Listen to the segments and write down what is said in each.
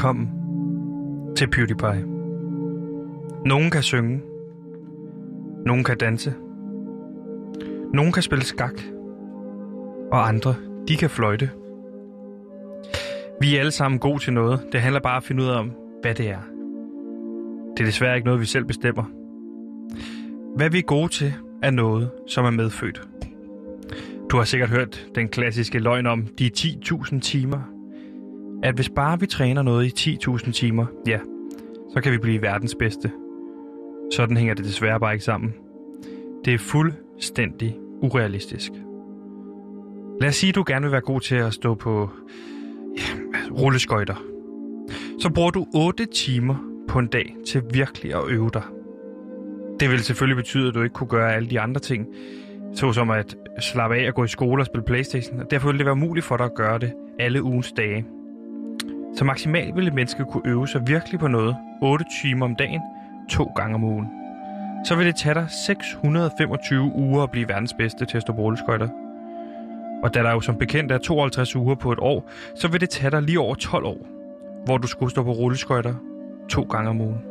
Velkommen til PewDiePie. Nogen kan synge. Nogen kan danse. Nogen kan spille skak. Og andre, de kan fløjte. Vi er alle sammen gode til noget. Det handler bare om at finde ud af, hvad det er. Det er desværre ikke noget, vi selv bestemmer. Hvad vi er gode til, er noget, som er medfødt. Du har sikkert hørt den klassiske løgn om de 10.000 timer. At hvis bare vi træner noget i 10.000 timer, ja, så kan vi blive verdens bedste. Sådan hænger det desværre bare ikke sammen. Det er fuldstændig urealistisk. Lad os sige, at du gerne vil være god til at stå på rulleskøjter. Så bruger du 8 timer på en dag til virkelig at øve dig. Det vil selvfølgelig betyde, at du ikke kunne gøre alle de andre ting, såsom at slappe af og gå i skole og spille PlayStation, og derfor vil det være muligt for dig at gøre det alle ugens dage. Så maksimalt vil et menneske kunne øve sig virkelig på noget 8 timer om dagen, 2 gange om ugen. Så vil det tage dig 625 uger at blive verdens bedste til at stå på rulleskøjter. Og da der jo som bekendt er 52 uger på et år, så vil det tage dig lige over 12 år, hvor du skulle stå på rulleskøjter 2 gange om ugen.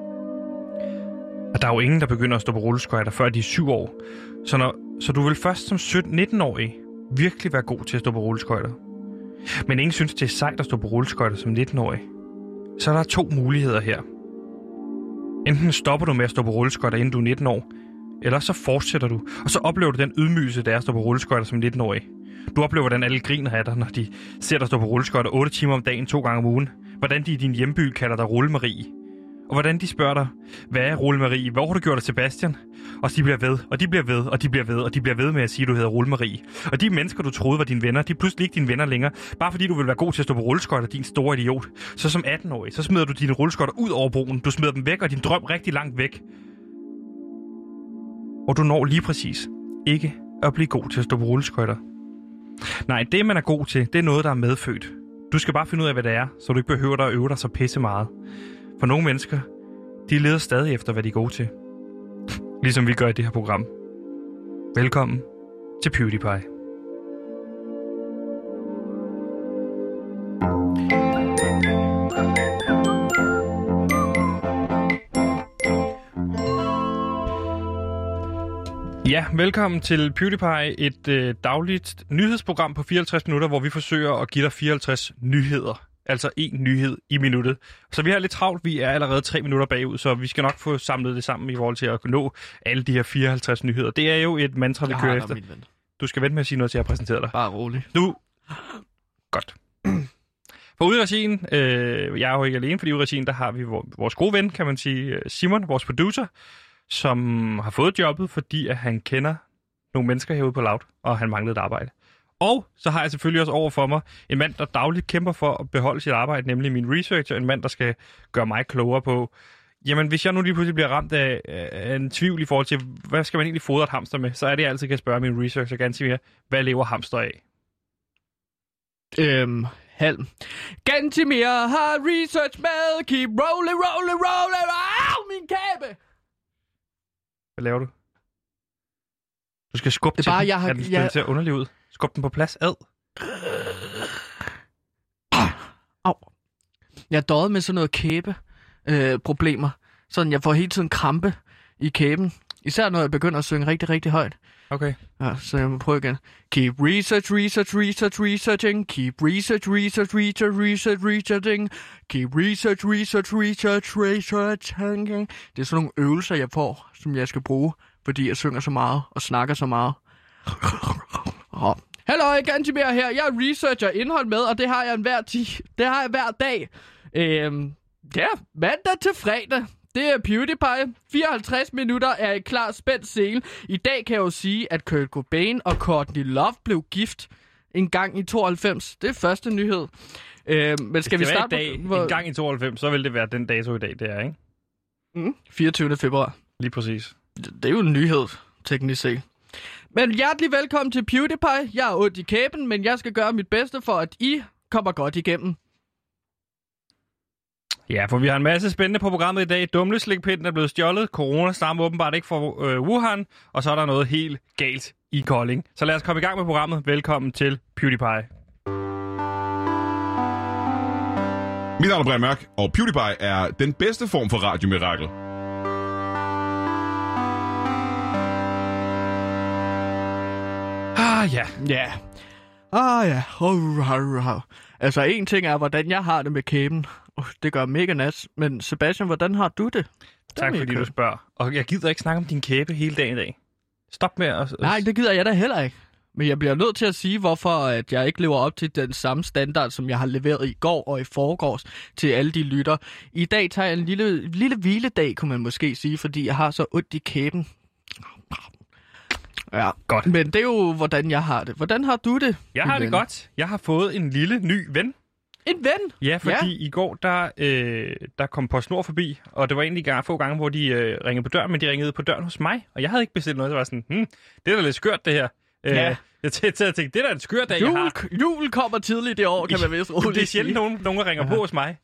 Og der er jo ingen, der begynder at stå på rulleskøjter, før de er 7 år. Så du vil først som 17-19-årig virkelig være god til at stå på rulleskøjter. Men ingen synes, det er sejt at stå på rulleskøjter som 19-årig. Så er der 2 muligheder her. Enten stopper du med at stå på rulleskøjter, inden du er 19 år, eller så fortsætter du, og så oplever du den ydmygelse, der er at stå på rulleskøjter som 19-årig. Du oplever, hvordan alle griner af dig, når de ser dig stå på rulleskøjter 8 timer om dagen, 2 gange om ugen. Hvordan de i din hjemby kalder dig Rulle-Marie. Og hvordan de spørger dig, hvad er Rulle-Marie? Hvor har du gjort af Sebastian? Og de bliver ved, og de bliver ved, og de bliver ved, og de bliver ved med at sige, at du hedder Rulle-Marie. Og de mennesker, du troede var dine venner, de er pludselig ikke dine venner længere, bare fordi du vil være god til at stå på rulleskøjter, din store idiot. Så som 18-årig, så smider du dine rulleskøjter ud over broen, du smider dem væk, og din drøm rigtig langt væk. Og du når lige præcis ikke at blive god til at stå på rulleskøjter. Nej, det man er god til, det er noget, der er medfødt. Du skal bare finde ud af, hvad det er, så du ikke behøver at øve dig så pisse meget. For nogle mennesker, de leder stadig efter, hvad de er gode til. Ligesom vi gør i det her program. Velkommen til PewDiePie. Ja, velkommen til PewDiePie, et dagligt nyhedsprogram på 54 minutter, hvor vi forsøger at give dig 54 nyheder. Altså 1 nyhed i minuttet. Så vi har lidt travlt. Vi er allerede 3 minutter bagud, så vi skal nok få samlet det sammen i forhold til at kunne nå alle de her 54 nyheder. Det er jo et mantra, vi kører efter. Du skal vente med at sige noget til, at jeg præsenterer dig. Bare rolig. Godt. For ude i regien, jeg er jo ikke alene, fordi ude i regien, der har vi vores gode ven, kan man sige, Simon, vores producer, som har fået jobbet, fordi at han kender nogle mennesker herude på Loud, og han manglede et arbejde. Og så har jeg selvfølgelig også over for mig en mand, der dagligt kæmper for at beholde sit arbejde, nemlig min researcher, en mand, der skal gøre mig klogere på, jamen hvis jeg nu lige pludselig bliver ramt af en tvivl i forhold til, hvad skal man egentlig fodre et hamster med, så er det, jeg altid kan spørge min researcher Gantimir, hvad lever hamster af? Halm. Gantimir har research med, keep rolling, rolling, rolling, au, min kæbe! Hvad laver du? Du skal skubbe til den. Den ser underlig ud. Skub den på plads. Ad. Au. Jeg er døjet med sådan noget kæbe-problemer. Sådan, jeg får hele tiden krampe i kæben. Især når jeg begynder at synge rigtig, rigtig højt. Okay. Ja, så jeg må prøve igen. Keep researching. Keep researching. Keep researching. Det er sådan nogle øvelser, jeg får, som jeg skal bruge, fordi jeg synger så meget og snakker så meget. Hallo, Gantimir her. Jeg researcher indhold med, og det har jeg hver dag. Mandag til fredag. Det er PewDiePie. 54 minutter er et klart spændt scene. I dag kan jeg jo sige, at Kurt Cobain og Courtney Love blev gift en gang i 92. Det er første nyhed. Men skal vi starte med en gang i 92, så vil det være den dato i dag, det er, ikke? 24. februar. Lige præcis. Det er jo en nyhed, teknisk set. Men hjertelig velkommen til PewDiePie. Jeg er ondt i kæben, men jeg skal gøre mit bedste for, at I kommer godt igennem. Ja, for vi har en masse spændende på programmet i dag. Dumleslikpinden er blevet stjålet. Corona stammer åbenbart ikke fra Wuhan. Og så er der noget helt galt i Kolding. Så lad os komme i gang med programmet. Velkommen til PewDiePie. Mit navn er Brian Mørk, og PewDiePie er den bedste form for radiomirakel. Ja. Altså, en ting er, hvordan jeg har det med kæben. Det gør mega nas. Men Sebastian, hvordan har du det? Tak fordi du spørger. Og jeg gider ikke snakke om din kæbe hele dagen i dag. Stop med at... Nej, det gider jeg da heller ikke. Men jeg bliver nødt til at sige, hvorfor at jeg ikke lever op til den samme standard, som jeg har leveret i går og i forgårs til alle de lytter. I dag tager jeg en lille hviledag, kunne man måske sige, fordi jeg har så ondt i kæben. Ja, godt. Men det er jo, hvordan jeg har det. Hvordan har du det? Jeg har det godt. Jeg har fået en lille ny ven. En ven? Ja, fordi i går, der kom PostNord forbi, og det var egentlig få gange, hvor de ringede på døren, men de ringede på døren hos mig, og jeg havde ikke bestilt noget, så var sådan, det er da lidt skørt, det her. Ja. Jeg tænkte, det er da en skør dag, jeg har. Jul kommer tidligt i år, kan man vist roligt sige. Det er sjældent, nogen der ringer på hos mig.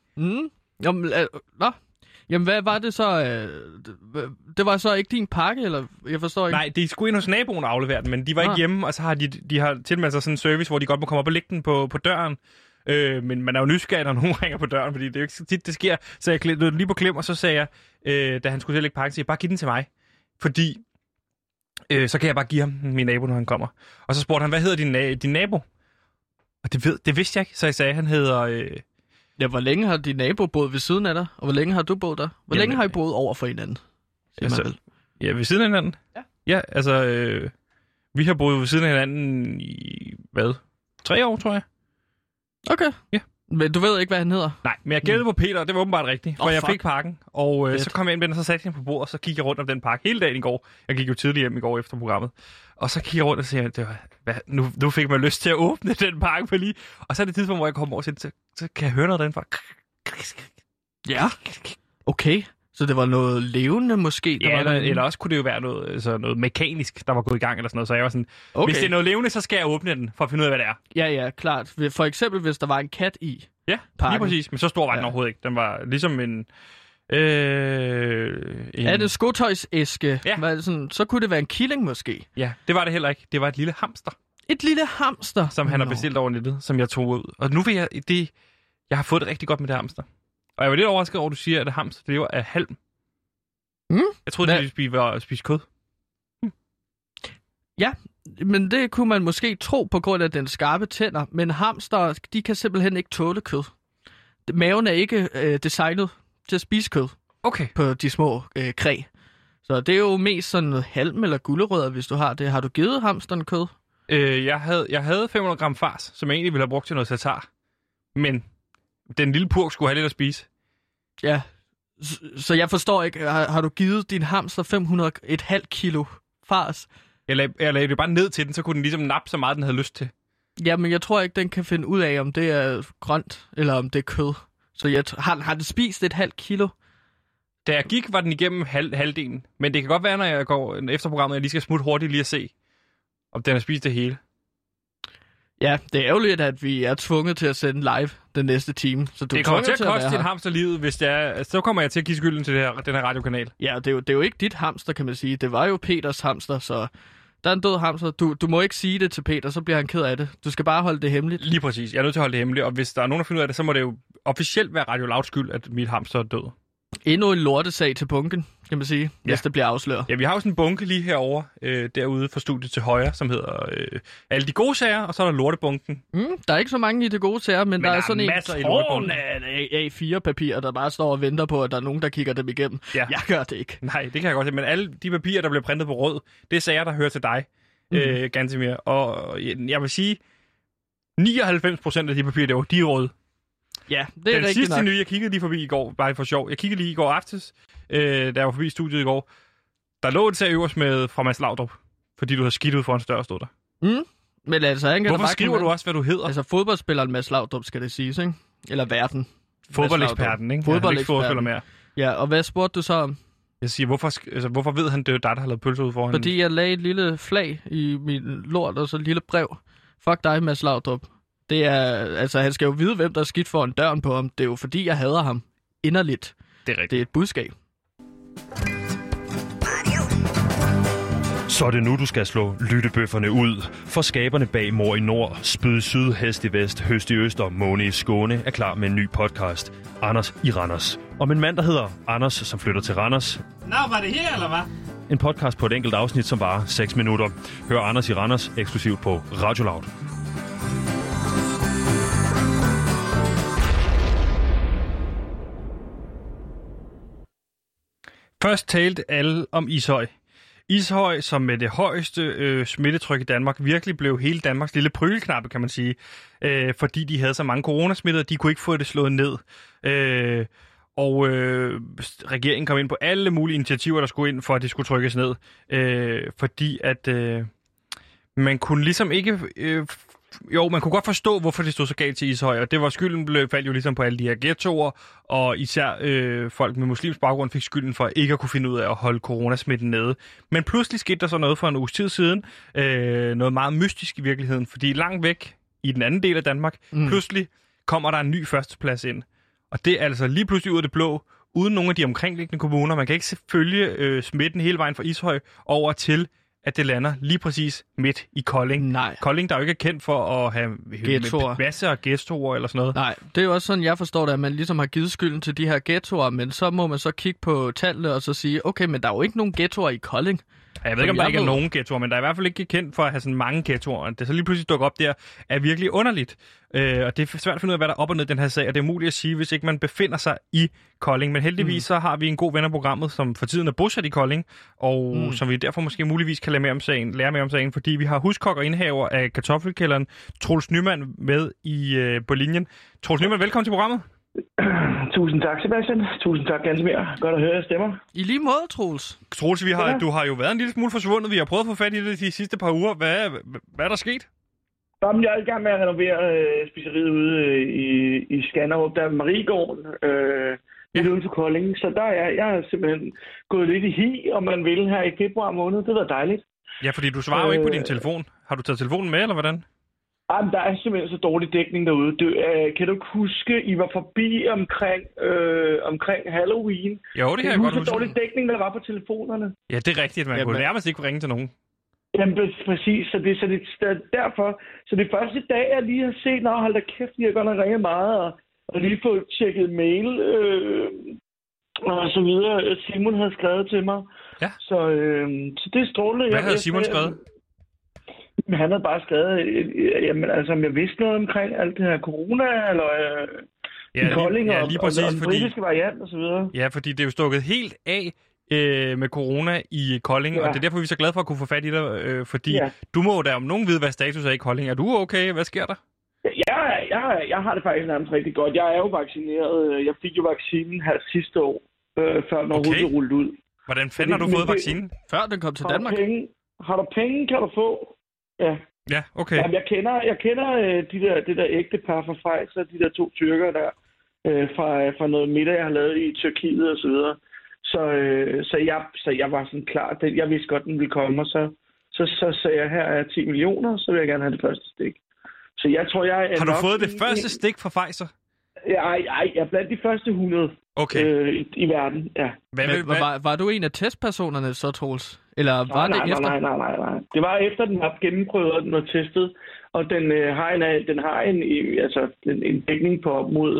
Jamen, hvad var det så? Det var så ikke din pakke, eller? Jeg forstår ikke. Nej, de skulle ind hos naboen og aflevere den, men de var ikke hjemme, og så har de har tilmeldt sig sådan en service, hvor de godt må komme op og lægge den på døren. Men man er jo nysgerrig, når nogen ringer på døren, fordi det er jo ikke så tit, det sker. Så jeg lød lige på klem, og så sagde jeg, da han skulle til at lægge pakken, så jeg bare giv den til mig. Fordi så kan jeg bare give ham min nabo, når han kommer. Og så spurgte han, hvad hedder din nabo? Og det vidste jeg ikke, så jeg sagde, han hedder... Ja, hvor længe har din nabo boet ved siden af dig? Og hvor længe har du boet der? Hvor længe har I boet over for hinanden? Ja, ved siden af hinanden? Ja. Ja, altså... vi har boet ved siden af hinanden i... Hvad? 3 år, tror jeg. Okay. Ja. Men du ved ikke, hvad han hedder? Nej, men jeg gættede på Peter, og det var åbenbart rigtigt. For jeg fik pakken, og så kom jeg ind med den, og så satte jeg den på bordet, og så kiggede jeg rundt om den pakke hele dagen i går. Jeg gik jo tidligt hjem i går efter programmet. Og så kiggede jeg rundt og sagde, nu fik man lyst til at åbne den pakke på lige. Og så er det tidspunkt, hvor jeg kommer over, så kan jeg høre noget derindefra. Ja. Okay. Så det var noget levende måske? Ja, eller også kunne det jo være noget mekanisk, der var gået i gang eller sådan noget. Så jeg var sådan, hvis det er noget levende, så skal jeg åbne den, for at finde ud af, hvad det er. Ja, klart. For eksempel, hvis der var en kat i Ja, pakken. Lige præcis. Men så stor var den overhovedet ikke. Den var ligesom en... Er det skotøjsæske? Ja. Så kunne det være en killing måske? Ja, det var det heller ikke. Det var et lille hamster. Et lille hamster? Som han har bestilt over nettet, som jeg tog ud. Og nu vil jeg har fået det rigtig godt med det hamster. Og jeg var lidt overrasket over, at du siger, at det hamster, det lever af halm. Jeg troede, det ville spise kød. Ja, men det kunne man måske tro på grund af den skarpe tænder. Men hamster, de kan simpelthen ikke tåle kød. Maven er ikke designet til at spise kød. Okay. På de små kræ. Så det er jo mest sådan noget halm eller gulerødder, hvis du har det. Har du givet hamsteren kød? Jeg havde 500 gram fars, som jeg egentlig ville have brugt til noget tartar. Men den lille purk skulle have lidt at spise. Ja, så jeg forstår ikke. Har du givet din hamster 500,5 kilo fars? Jeg lagde det bare ned til den, så kunne den ligesom nappe så meget, den havde lyst til. Ja, men jeg tror ikke, den kan finde ud af, om det er grønt, eller om det er kød. Så har den spist 0,5 kilo? Da jeg gik, var den igennem halvdelen. Men det kan godt være, når jeg går efter programmet, jeg lige skal smutte hurtigt lige at se, om den har spist det hele. Ja, det er ærgerligt, at vi er tvunget til at sende live den næste time. Så det kommer til at koste dit hamster livet, hvis det er... Så kommer jeg til at give skylden til den her radiokanal. Ja, det er jo ikke dit hamster, kan man sige. Det var jo Peters hamster, så der er en død hamster. Du må ikke sige det til Peter, så bliver han ked af det. Du skal bare holde det hemmeligt. Lige præcis. Jeg er nødt til at holde det hemmeligt, og hvis der er nogen, der finder ud af det, så må det jo officielt være Radio Louds skyld, at mit hamster er død. Endnu en lortesag til bunken, kan man sige, hvis det bliver afsløret. Ja, vi har jo sådan en bunke lige herovre, derude for studiet til højre, som hedder alle de gode sager, og så er der lortebunken. Der er ikke så mange i de gode sager, men der er sådan en tårn af A4-papirer, der bare står og venter på, at der er nogen, der kigger dem igennem. Ja. Jeg gør det ikke. Nej, det kan jeg godt se, men alle de papirer, der bliver printet på rød, det er sager, der hører til dig, Gansimir. Og jeg vil sige, 99% af de papirer, der de er røde. Ja, det er den sidste nok. Nye, jeg kiggede lige forbi i går, bare for sjov. Jeg kiggede lige i går aftes, da jeg var forbi studiet i går. Der lå et sag øverst med fra Mads Laudrup, fordi du havde skidt ud for en større stod der. Men altså, hvorfor skriver du også, hvad du hedder? Altså fodboldspilleren Mads Laudrup, skal det siges, ikke? Eller verden. Fodboldeksperten, ikke? Fodboldeksperten. Mere. Ja, og hvad spurgte du så om? Jeg siger, hvorfor ved han, det er dig, der har lavet pølser ud foran? Fordi jeg lagde et lille flag i min lort, og så et lille brev. Fuck dig, Mads Laudrup. Det er, altså, han skal jo vide, hvem der er skidt foran døren på ham. Det er jo fordi, jeg hader ham inderligt. Det er rigtigt. Det er et budskab. Så er det nu, du skal slå lyttebøfferne ud. For skaberne bag Mor i Nord, Spyd i Syd, Hest i Vest, Høst i Øst og Måne i Skåne er klar med en ny podcast. Anders i Randers. Om en mand, der hedder Anders, som flytter til Randers. Nå, var det her, eller hvad? En podcast på et enkelt afsnit, som varer 6 minutter. Hør Anders i Randers eksklusivt på Radio Loud. Først talte alle om Ishøj. Ishøj, som med det højeste smittetryk i Danmark, virkelig blev hele Danmarks lille prygelknappe, kan man sige. Fordi de havde så mange coronasmittede, de kunne ikke få det slået ned. Regeringen kom ind på alle mulige initiativer, der skulle ind for, at det skulle trykkes ned. Fordi at man kunne ligesom ikke... man kunne godt forstå, hvorfor det stod så galt til Ishøj, og det var skylden faldt jo ligesom på alle de her ghettoer, og især folk med muslimsk baggrund fik skylden for ikke at kunne finde ud af at holde coronasmitten nede. Men pludselig skete der så noget for en uges tid siden, noget meget mystisk i virkeligheden, fordi langt væk i den anden del af Danmark, pludselig kommer der en ny førsteplads ind. Og det er altså lige pludselig ud af det blå, uden nogle af de omkringliggende kommuner. Man kan ikke følge smitten hele vejen fra Ishøj over til at det lander lige præcis midt i Kolding. Nej. Kolding, der jo ikke er kendt for at have masser af ghettoer eller sådan noget. Nej, det er jo også sådan, jeg forstår det, at man ligesom har givet skylden til de her ghettoer, men så må man så kigge på tallene og så sige, okay, men der er jo ikke nogen ghettoer i Kolding. Ja, jeg ved ikke, om der ikke er nogen ghettoer, men der er i hvert fald ikke kendt for at have sådan mange ghettoer. Det så lige pludselig dukker op der, er virkelig underligt. Og det er svært at finde ud af, hvad der er op og ned i den her sag, og det er muligt at sige, hvis ikke man befinder sig i Kolding. Men heldigvis så har vi en god ven af programmet, som for tiden er bosat i Kolding, og som vi derfor måske muligvis kan lære mere om sagen, fordi vi har huskok og indhaver af kartoffelkælderen Troels Nyman med på linjen. Troels Nyman, velkommen til programmet. Tusind tak, Sebastian. Tusind tak, Gansmer. Godt at høre jeres stemmer. I lige måde, Troels. Troels, du har jo været en lille smule forsvundet. Vi har prøvet at få fat i det de sidste par uger. Hvad er der sket? Jeg er i gang med at renovere spiseriet ude i Skanderup. Der er Mariegården, lidt uden for Kolding. Så der er jeg simpelthen gået lidt i hi, om man vil, her i februar måned. Det var dejligt. Ja, fordi du svarer jo ikke på din telefon. Har du taget telefonen med, eller hvordan? Der er simpelthen så dårlig dækning derude. Kan du huske, I var forbi omkring Halloween? Jo, det kan jeg godt huske. Så dårlig dækning, der var på telefonerne. Ja, det er rigtigt. Man kunne nærmest ikke ringe til nogen. Jamen, præcis. Så det er derfor. Så det første dag, jeg lige har set, hold da kæft, jeg har godt nok ringet meget, og lige fået tjekket mail, og så videre. Simon havde skrevet til mig. Ja. Så det er strålende. Hvad havde Simon skrevet? Han havde bare skrevet, om jeg vidste noget omkring alt det her corona, eller Kolding, lige præcis, og den britiske variant, og så videre. Ja, fordi det er jo stukket helt af med corona i Kolding, og det er derfor, vi er så glade for at kunne få fat i dig, fordi du må da om nogen vide, hvad status er i Kolding. Er du okay? Hvad sker der? Jeg har det faktisk nærmest rigtig godt. Jeg er jo vaccineret. Jeg fik jo vaccinen her sidste år, før den overhovedet rullede ud. Hvordan fanden har du fået vaccinen? Før den kom til Danmark? Har du penge, kan du få. Ja, okay. Jamen, jeg kender det der ægtepar fra Pfizer, de der 2 tyrkere der, fra noget middag, jeg har lavet i Tyrkiet og så videre. Så jeg var sådan klar. Jeg vidste godt, den ville komme, og så sagde jeg, her er 10 millioner, så vil jeg gerne have det første stik. Så jeg tror, jeg er... Har du fået det første stik fra Pfizer? Jeg er blandt de første 100 i verden, ja. Var du en af testpersonerne så, Troels? Eller var det efter? Nej. Det var efter, den var gennemprøvet, og den var testet, og den har en dækning på op mod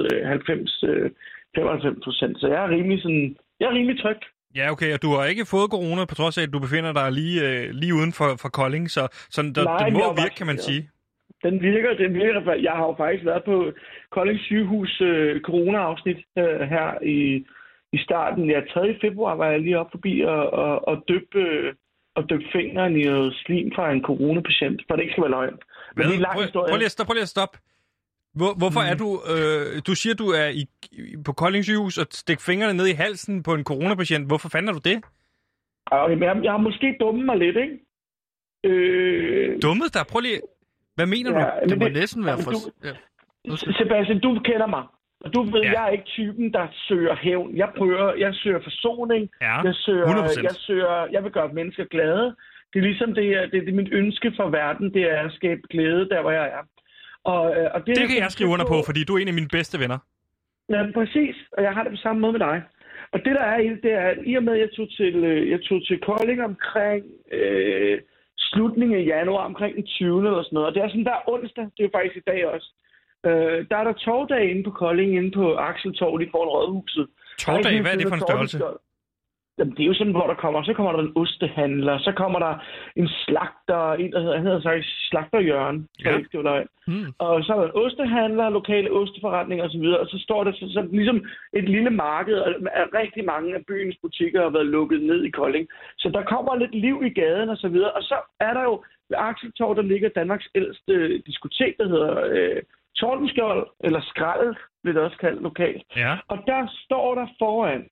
95%, så jeg er rimelig tryg. Ja, okay, og du har ikke fået corona, på trods af, at du befinder dig lige uden for Kolding, så det må virke, kan man sige. Den virker. Jeg har jo faktisk været på Kolding sygehus corona-afsnit her i starten. 3. februar var jeg lige oppe forbi og døbe fingeren i noget slim fra en coronapatient, for det ikke skal være løgn. Prøv lige at stoppe. Hvorfor er du... du siger, du er på Kolding sygehus og stikker fingrene ned i halsen på en coronapatient. Hvorfor fanden er du det? Jeg har måske dummet mig lidt, ikke? Dummet dig? Prøv lige... Hvad mener du? Det må næsten være for... Sebastian, du kender mig. Og du ved, jeg er ikke typen, der søger hævn. Jeg søger forsoning. Ja, 100%. Jeg vil gøre mennesker glade. Det er ligesom det er mit ønske for verden, det er at skabe glæde der, hvor jeg er. Og det kan jeg skrive under på, fordi du er en af mine bedste venner. Ja, præcis. Og jeg har det på samme måde med dig. Og det der er i det, er, at i og med, at jeg tog til Kolding omkring slutningen af januar, omkring den 20. eller sådan noget. Og det er sådan, der onsdag, det er jo faktisk i dag også. Der er der togdag inde på Kolding, inde på Axeltorv, lige foran Rådhuset. Togdag, hvad er det for en størrelse? Jamen, det er jo sådan, hvor så kommer der en ostehandler, så kommer der en slagter, han hedder slagterjørn, og så er der en ostehandler, lokale osteforretninger osv., og så står der så ligesom et lille marked, og rigtig mange af byens butikker har været lukket ned i Kolding. Så der kommer lidt liv i gaden og så videre, og så er der jo ved Axeltorv, der ligger Danmarks ældste diskotek, der hedder Tordenskjold, eller Skrald, bliver det også kaldt lokalt. Ja. Og der står der foran,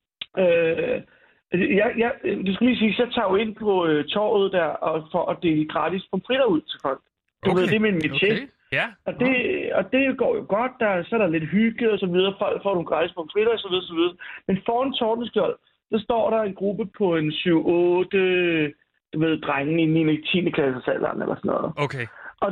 det skal lige sige, så tager jeg jo ind på torvet der for at dele gratis pomfritter ud til folk. Det er min métier. Okay. Ja. Og det går jo godt. Så er der lidt hygge og så videre. Folk får nogle gratis pomfritter og så videre, så videre. Men foran Tordenskjold, der står der en gruppe på en 7-8, drenge i 9. 10. klasses alderen eller sådan noget. Okay. Og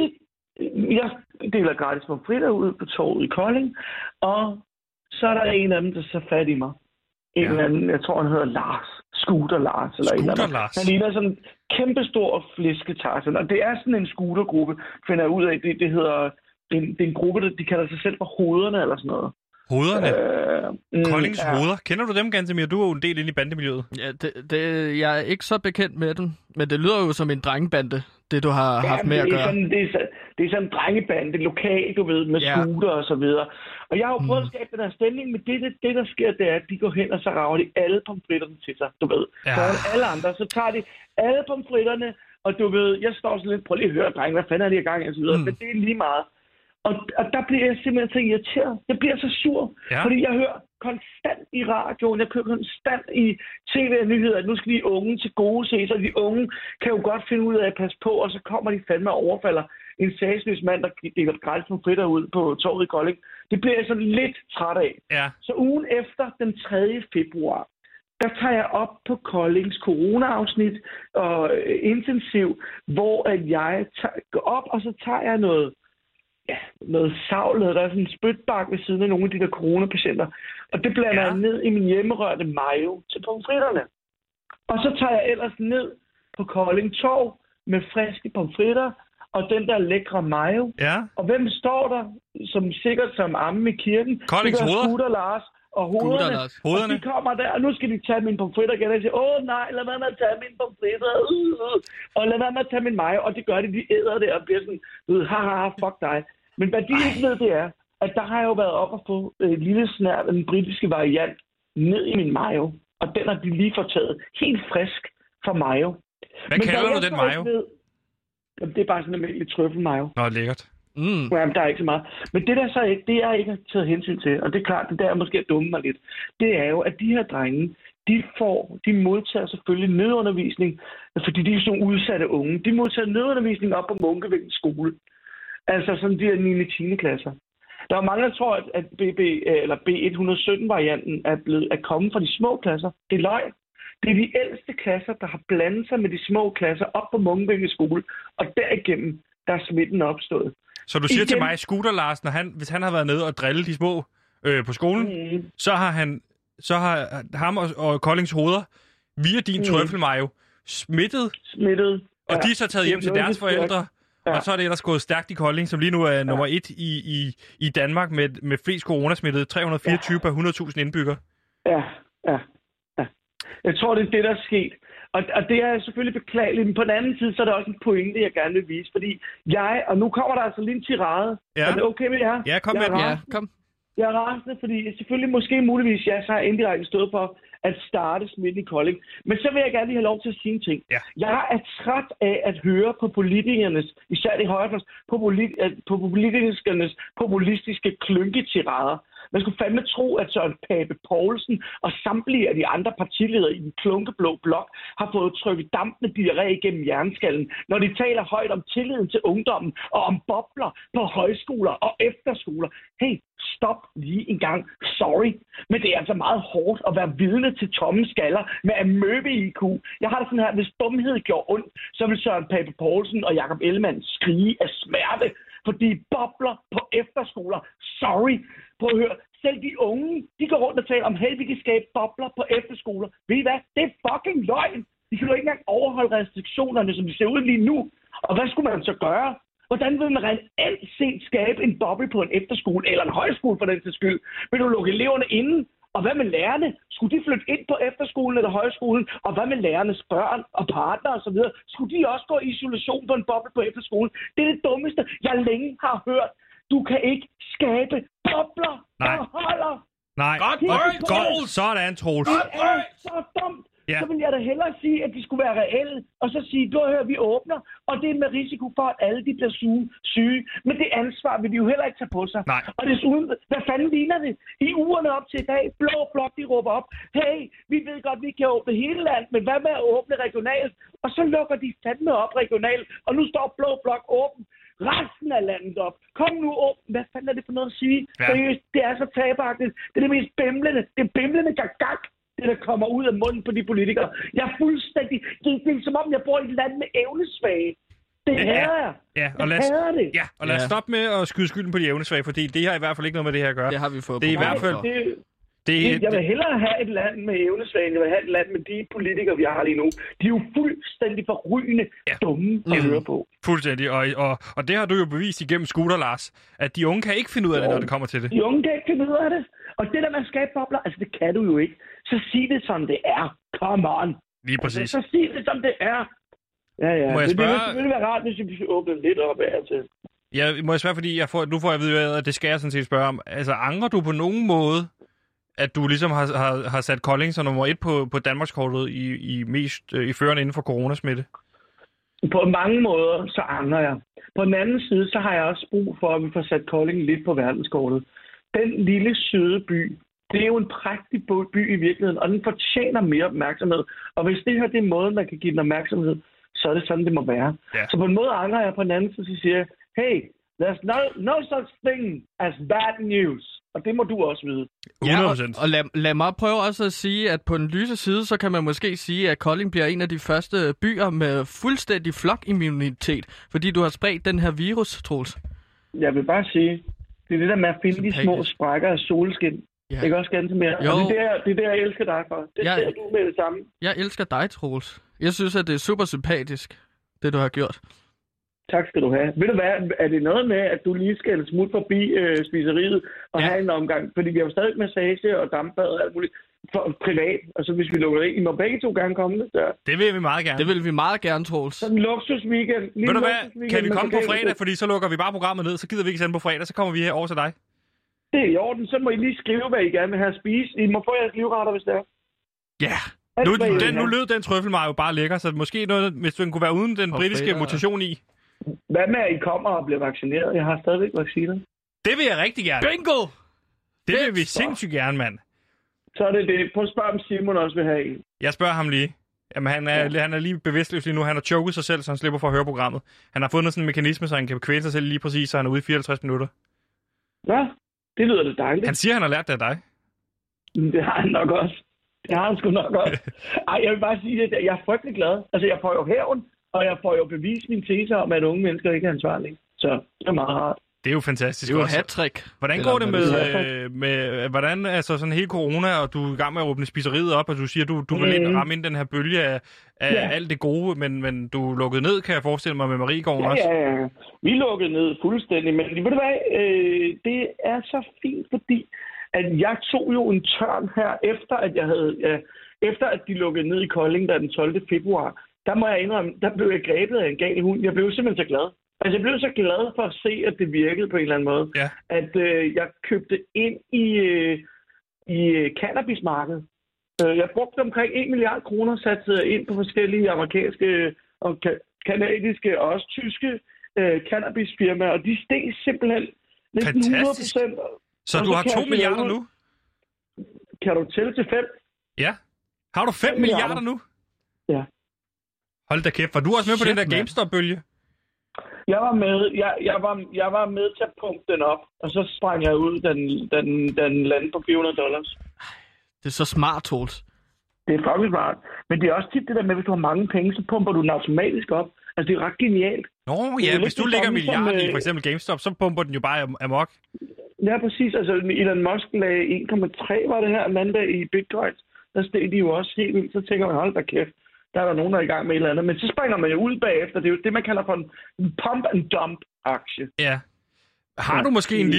jeg deler gratis pomfritter ud på torvet i Kolding, og så er der en af dem, der så fat i mig. En eller anden, jeg tror han hedder Lars. Scooter Lars. Eller Scooter Lars. Han ligner sådan en kæmpestor flæsketarsen. Og det er sådan en scootergruppe, finder jeg ud af. Det hedder, det er en gruppe, de kalder sig selv for Hoderne eller sådan noget. Hoderne? Koldings Hoder. Kender du dem, Gantemir? Du er jo en del inde i bandemiljøet. Ja, jeg er ikke så bekendt med dem, men det lyder jo som en drengebande, det du har haft med at gøre. Det er sådan en drengebande, lokalt, du ved, med scooter og så videre. Og jeg har jo prøvet at skabe den her stemning, men det der sker, det er, at de går hen, og så rager de alle pomfritterne til sig, du ved. Ja. Foran alle andre, så tager de alle pomfritterne, og du ved, jeg står sådan lidt, prøv lige at høre, drenge, hvad fanden er de i gang, og så videre, men det er lige meget. Og der bliver jeg simpelthen så irriteret. Jeg bliver så sur, fordi jeg hører konstant i radioen, jeg kører konstant i tv-nyheder, at nu skal de unge til gode ses, og de unge kan jo godt finde ud af at passe på, og så kommer de fandme og overfalder en sagsløs mand, der deler gratis pomfritter ud på torvet i Kolding. Det bliver jeg sådan lidt træt af. Ja. Så ugen efter den 3. februar, der tager jeg op på Koldings corona-afsnit og intensiv, hvor at jeg går op, og så tager jeg noget savlet. Der er sådan en spytbak ved siden af nogle af de der coronapatienter. Og det blander jeg ned i min hjemmerørte mayo til pomfritterne. Og så tager jeg ellers ned på Kolding Torv med friske pomfritter og den der lækre mayo. Ja. Og hvem står der som amme i kirken? Koldings Hoder. Scooter Lars og Hoderne. Og de kommer der, og nu skal de tage mine pomfritter igen. Og de siger, nej, lad være med at tage mine pomfritter. Og lad være med at tage min mayo. Og det gør de æder det og bliver sådan, haha, fuck dig. Men hvad de ikke ved, det er, at der har jeg jo været op og få et lille snært af den britiske variant ned i min mayo. Og den har de lige fået taget helt frisk fra mayo. Hvad kalder du den mayo? Det er bare sådan en almindelig trøffelmayo. Nå, lækkert. Jamen, der er ikke så meget. Men det der så ikke, det jeg ikke har taget hensyn til, og det er klart, det der jeg måske dumme mig lidt, det er jo, at de her drenge, de modtager selvfølgelig nødundervisning, fordi de er sådan nogle udsatte unge. De modtager nødundervisning op på Munkevæggen skole. Altså sådan de her 9. 10. klasser. Der er mange, der tror, at B117-varianten er kommet fra de små klasser. Det er løgn. Det er de ældste klasser, der har blandet sig med de små klasser op på Munkevæggen skole, og derigennem der er smitten opstået. Så du siger til mig, Scooter Lars, hvis han har været nede og drille de små på skolen, så har ham og Koldings Hoder via din trøffelmayo smittet, og de er så taget hjem til deres forældre, og så er det ellers gået stærkt i Kolding, som lige nu er nummer 1 i Danmark med flest coronasmittede, 324 per 100.000 indbyggere. Ja. Jeg tror, det er det, der er sket. Og det er selvfølgelig beklageligt, men på den anden side, så er der også en pointe, jeg gerne vil vise, fordi og nu kommer der altså lige en tirade. Ja. Er det okay med jer? Ja, kom med den. Ja, kom. Jeg er rasende, fordi selvfølgelig måske muligvis, så har jeg indirekte stået for at starte smitten i Kolding. Men så vil jeg gerne lige have lov til at sige en ting. Ja. Jeg er træt af at høre på politikernes, især det højrefløjs, på politikernes populistiske klunketirader. Man skulle fandme tro, at Søren Pape Poulsen og samtlige af de andre partiledere i den klunkeblå blok har fået trykket dampende diarré igennem hjerneskallen, når de taler højt om tilliden til ungdommen og om bobler på højskoler og efterskoler. Hey, stop lige en gang. Sorry, men det er altså meget hårdt at være vidne til tomme skaller med amøbe-IQ. Jeg har det sådan her, hvis dumhed gjorde ondt, så vil Søren Pape Poulsen og Jakob Ellemann skrige af smerte. Fordi bobler på efterskoler, sorry, prøv at høre, selv de unge, de går rundt og taler om, hey, vi kan skabe bobler på efterskoler. Ved I hvad? Det er fucking løgn. De kan jo ikke engang overholde restriktionerne, som de ser ud lige nu. Og hvad skulle man så gøre? Hvordan vil man reelt set skabe en boble på en efterskole, eller en højskole for den til skyld? Vil du lukke eleverne inden? Og hvad med lærerne? Skulle de flytte ind på efterskolen eller højskolen? Og hvad med lærernes børn og partner og så videre? Skulle de også gå i isolation på en boble på efterskolen? Det er det dummeste, jeg længe har hørt. Du kan ikke skabe bobler, der holder. Nej. Godt. Sådan, Troels. Det er så dumt. Ja. Så vil jeg da hellere sige, at de skulle være reelle, og så sige, du hører, vi åbner, og det er med risiko for, at alle de bliver syge. Men det ansvar vil de jo heller ikke tage på sig. Nej. Og desuden, hvad fanden ligner det? I ugerne op til i dag, Blå Blok, de råber op, hey, vi ved godt, vi kan åbne hele landet, men hvad med at åbne regionalt? Og så lukker de fandme op regionalt, og nu står Blå Blok åben. Resten af landet op. Kom nu op. Hvad fanden er det for noget at sige? Ja. Seriøst, det er så taberagtigt. Det er det mest bimlende. Det er bimlende gag. Det, der kommer ud af munden på de politikere. Jeg er fuldstændig... Det er som om, jeg bor i et land med evnesvage. Det hader jeg. Ja, og lad os stoppe med at skyde skylden på de evnesvage, fordi det har i hvert fald ikke noget med det her at gøre. Det har vi fået. Det er i hvert fald... Jeg vil hellere have et land med evnesvage, jeg vil have et land med de politikere, vi har lige nu. De er jo fuldstændig forrygende dumme at høre på. Fuldstændig, og det har du jo bevist igennem Scooter, Lars, at de unge kan ikke finde ud af det, når det kommer til det. De unge kan ikke finde ud af det. Og det der med at skabe bobler, altså det kan du jo ikke. Så sig det, som det er. Come on. Lige præcis. Altså, så sig det, som det er. Ja. Må jeg spørge... Det ville være rart, hvis vi åbnede lidt op af til. Ja, må jeg spørge, fordi nu får jeg at vide, at det skal jeg sådan set spørge om. Altså, angrer du på nogen måde, at du ligesom har sat Kolding som nummer 1 på Danmarkskortet i føreren inden for coronasmitte? På mange måder, så angrer jeg. På den anden side, så har jeg også brug for, at vi får sat Kolding lidt på verdenskortet. Den lille søde by, det er jo en prægtig by i virkeligheden, og den fortjener mere opmærksomhed. Og hvis det her det er måden, man kan give den opmærksomhed, så er det sådan, det må være. Ja. Så på en måde angrer jeg, på den anden side, så siger jeg, hey, there's no such thing as bad news. Og det må du også vide. 100%. Ja, og lad mig prøve også at sige, at på den lyse side, så kan man måske sige, at Kolding bliver en af de første byer med fuldstændig flokimmunitet, fordi du har spredt den her virus, Troels. Jeg vil bare sige, det er det der med at finde de små sprækker af solskin. Ja. Ikke også ganske mere. Og det er det, jeg elsker dig for. Det ser du med det samme. Jeg elsker dig, Troels. Jeg synes, at det er super sympatisk, det du har gjort. Tak skal du have. Ved du hvad, er det noget med, at du lige skal smutte forbi spiseriet og have en omgang? Fordi vi har jo stadig massage og dampbad og alt muligt privat. Og så hvis vi lukker det, I må begge to gerne komme det der. Det vil vi meget gerne. Det vil vi meget gerne, Troels. Sådan en luksusweekend. Ved du hvad, kan vi komme på fredag, fordi så lukker vi bare programmet ned, så gider vi ikke sende på fredag, så kommer vi her over til dig. Det er i orden, så må I lige skrive, hvad I gerne vil have at spise. I må få jeres livretter, hvis det er. Ja. Nu lød den trøffelmar jo bare lækker, så måske noget, hvis den kunne være uden den britiske mutation i. Hvad med, at I kommer og bliver vaccineret? Jeg har stadigvæk vacciner. Det vil jeg rigtig gerne. Bingo! Det vil vi sindssygt gerne, mand. Så er det det. Prøv at spørge, om Simon også vil have en. Jeg spørger ham lige. Jamen, han er lige bevidstløs lige nu. Han har choket sig selv, så han slipper for at høre programmet. Han har fundet sådan en mekanisme, så han kan kvæle sig selv lige præcis, så han er ude i 54 minutter. Hvad? Det lyder det dejligt. Han siger, han har lært det af dig. Det har han nok også. Det har han sgu nok også. Ej, jeg vil bare sige, at jeg er frygtelig glad. Altså, jeg får jo hævn, og jeg får jo bevist min tese om, at unge mennesker ikke er ansvarlige. Så det er meget rart. Det er jo fantastisk. Det er jo hat-trick. Hvordan går det med hvordan, altså sådan hele corona, og du er i gang med at åbne spiseriet op, og du siger, du vil ind og ramme ind den her bølge af alt det gode, men du lukkede ned, kan jeg forestille mig, med Mariegården også? Ja. Vi lukkede ned fuldstændig, men ved du hvad, det er så fint, fordi at jeg tog jo en tørn her, efter at de lukkede ned i Kolding, der den 12. februar, der må jeg indrømme, der blev jeg grebet af en gal hund. Jeg blev simpelthen så glad. Altså, jeg blev så glad for at se, at det virkede på en eller anden måde. Ja. At jeg købte ind i cannabismarkedet. Jeg brugte omkring 1 milliard kroner, satte ind på forskellige amerikanske og kanadiske og også tyske cannabisfirmaer, og de steg simpelthen næsten 100%. Så du har 2 milliarder nu? Kan du tælle til 5? Ja. Har du 5 milliarder nu? Ja. Hold da kæft, var du også med på den der GameStop-bølge? Jeg var med. Jeg var med til at pumpe den op, og så sprang jeg ud, den landede på $400. Det er så smart, Troels. Det er faktisk smart. Men det er også tit det der med, hvis du har mange penge, så pumper du den automatisk op. Altså, det er ret genialt. Nå Det er ja, jo hvis lidt du det lægger samme som, milliarder i for eksempel GameStop, så pumper den jo bare amok. Ja, præcis. Altså, Elon Musk lagde 1,3 var det her mandag i Bitcoin. Der steg de jo også helt vildt. Så tænker man, hold da kæft, der er der nogen, der er i gang med et eller andet. Men så springer man jo ud bagefter. Det er jo det, man kalder for en pump-and-dump-aktie. Ja. Har du måske en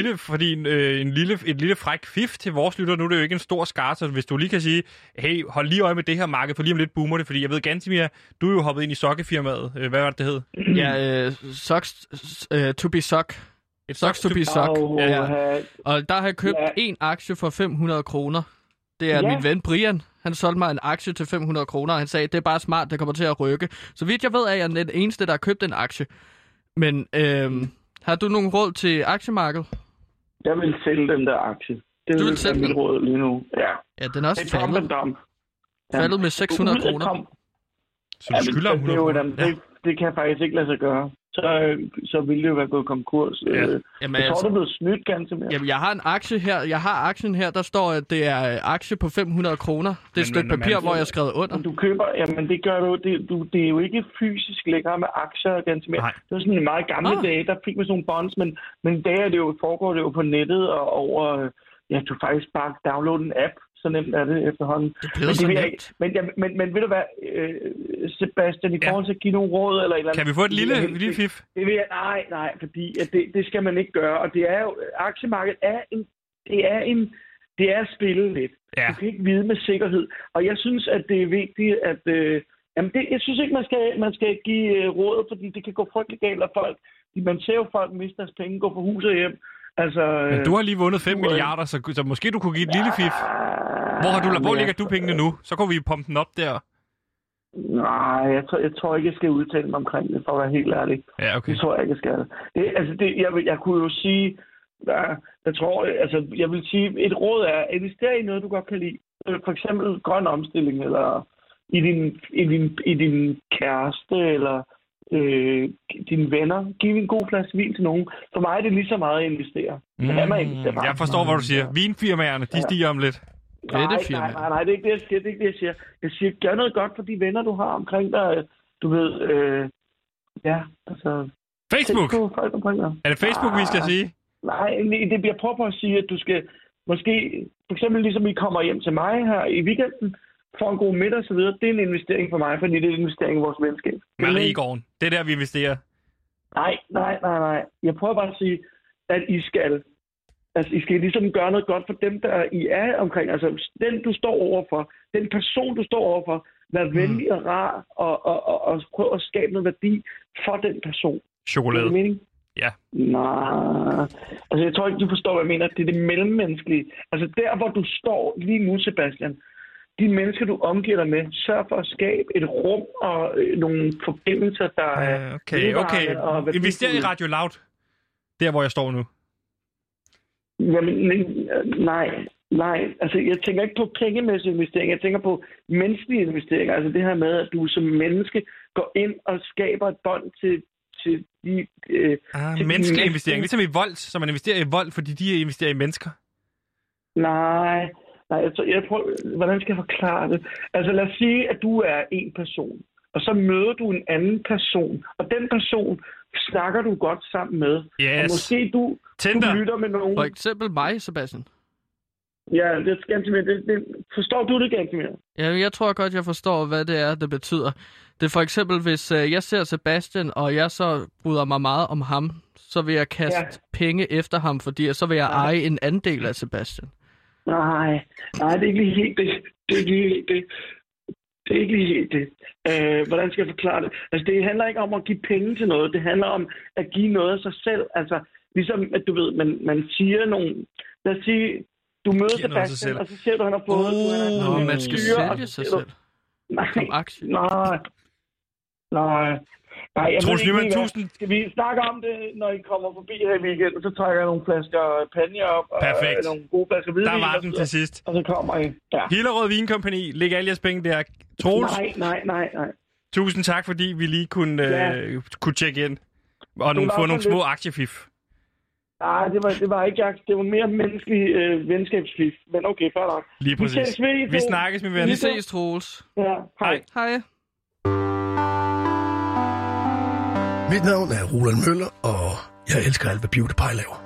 lille fræk fif til vores lytter? Nu er det jo ikke en stor skare, så hvis du lige kan sige, hey, hold lige øje med det her marked, for lige om lidt boomer det, fordi jeg ved, Gantemir, du er jo hoppet ind i sokkefirmaet. Hvad var det hed? Ja, socks to be sock. Socks to be sock. Ja. Og der har jeg købt en aktie for 500 kroner. Det er min ven Brian. Han solgte mig en aktie til 500 kroner, og han sagde, det er bare smart, det kommer til at rykke. Så vidt jeg ved, er jeg den eneste, der har købt en aktie. Men har du nogen råd til aktiemarkedet? Jeg vil sælge den der aktie. Det du vil sælge mit råd lige nu. Ja, den er også faldet. Faldet med 600 kroner. Så du skylder 100 kroner? Det kan jeg faktisk ikke lade sig gøre. Så ville det jo være gået konkurs. Ja. Jeg tror, du er blevet snydt ganske mere. Jamen, jeg har en aktie her. Jeg har aktien her, der står, at det er aktie på 500 kroner. Det er et stykke papir, hvor jeg har skrevet under. Du køber, jamen det gør du. Det er jo ikke fysisk længere med aktier ganske mere. Det var sådan en meget gamle dage, der fik man sådan nogle bonds, men i dag er det jo, foregår det jo på nettet og over. Ja, du faktisk bare downloade en app. Så nemt er det efterhånden. Det bliver så nemt. Men ved du hvad, Sebastian, i forhold til at give nogle råd eller et eller andet... Kan vi få et lille fif? Det vil jeg, nej, fordi at det skal man ikke gøre. Og det er jo, aktiemarkedet det er at spille lidt. Ja. Du kan ikke vide med sikkerhed. Og jeg synes, at det er vigtigt, at... jeg synes ikke, man skal give råd, fordi det kan gå frygtelig galt af folk. Man ser jo folk miste deres penge, gå fra hus og hjem. Altså, men du har lige vundet 5 milliarder, så måske du kunne give et lille fif. Hvor ligger du pengene nu? Så kunne vi pumpe den op der. Nej, jeg tror ikke, jeg skal udtale mig omkring det, for at være helt ærlig. Ja, okay. Det tror jeg ikke, jeg skal. Jeg kunne jo sige, jeg vil sige, et råd er, at investere i noget, du godt kan lide. For eksempel grøn omstilling, eller i din kæreste, eller dine venner. Giv en god flaske vin til nogen. For mig er det lige så meget at investere. Jeg forstår, hvad du siger. Vinfirmaerne, de stiger om lidt. Nej, det er ikke det, jeg siger. Det er ikke det, jeg siger. Jeg siger, gør noget godt for de venner, du har omkring dig. Du ved, Facebook! Er det Facebook, vi skal sige? Nej, jeg prøver på at sige, at du skal måske, for eksempel ligesom I kommer hjem til mig her i weekenden, får en god middag og så videre. Det er en investering for mig, fordi det er en investering i vores venskab. Mariegården. Det er der, vi investerer. Nej. Jeg prøver bare at sige, at I skal ligesom gøre noget godt for dem, der I er omkring. Altså, den du står overfor, den person, du står overfor, vær venlig og rar, og prøv at skabe noget værdi for den person. Chokolade. Det mening? Ja. Nej. Altså, jeg tror ikke, du forstår, hvad jeg mener. Det er det mellemmenneskelige. Altså, der, hvor du står lige nu, Sebastian, de mennesker, du omgiver dig med, sørg for at skabe et rum og nogle forbindelser, der er... Okay. Invester i Radio Loud. Der, hvor jeg står nu. Jamen, nej. Altså, jeg tænker ikke på pengemæssige investeringer. Jeg tænker på menneskelige investeringer. Altså det her med, at du som menneske går ind og skaber et bånd til de... menneskelige investeringer. Ligesom i vold, så man investerer i vold, fordi de investerer i mennesker. Nej, jeg prøver... Hvordan skal jeg forklare det? Altså lad os sige, at du er en person, og så møder du en anden person, og den person snakker du godt sammen med. Yes. Og måske du lytter med nogen... For eksempel mig, Sebastian. Ja, det skal det forstår du det, Gantemir? Ja, jeg tror godt, jeg forstår, hvad det er, det betyder. Det er for eksempel, hvis jeg ser Sebastian, og jeg så bryder mig meget om ham, så vil jeg kaste penge efter ham, fordi så vil jeg eje en andel af Sebastian. Nej, det er ikke lige helt det. Det er ikke lige helt det. Hvordan skal jeg forklare det? Altså, det handler ikke om at give penge til noget. Det handler om at give noget af sig selv. Altså, ligesom, at du ved, man siger nogle... Lad os sige, du møder Sebastian, og så siger du, at han har fået... man skal sælge sig selv. Som aktie. Nej. Troels Nyman, tusind. Skal vi snakke om det, når I kommer forbi her i weekenden, så trækker jeg nogle flasker panje op. Perfekt. Og nogle gode flasker hvidvin. Der var den til sidst. Og så kommer I. Ja. Hillerød Vinkompagni, læg alle jeres penge der. Troels. Nej. Tusind tak, fordi vi lige kunne tjekke ind. Og få nogle små aktiefif. Nej, det var ikke jagt. Det var mere menneskelig venskabsfif. Men okay, fair nok. Lige præcis. Vi snakkes, min ven. Vi ses, Troels. Ja, hej. Mit navn er Roland Møller, og jeg elsker alt, hvad PewDiePie laver.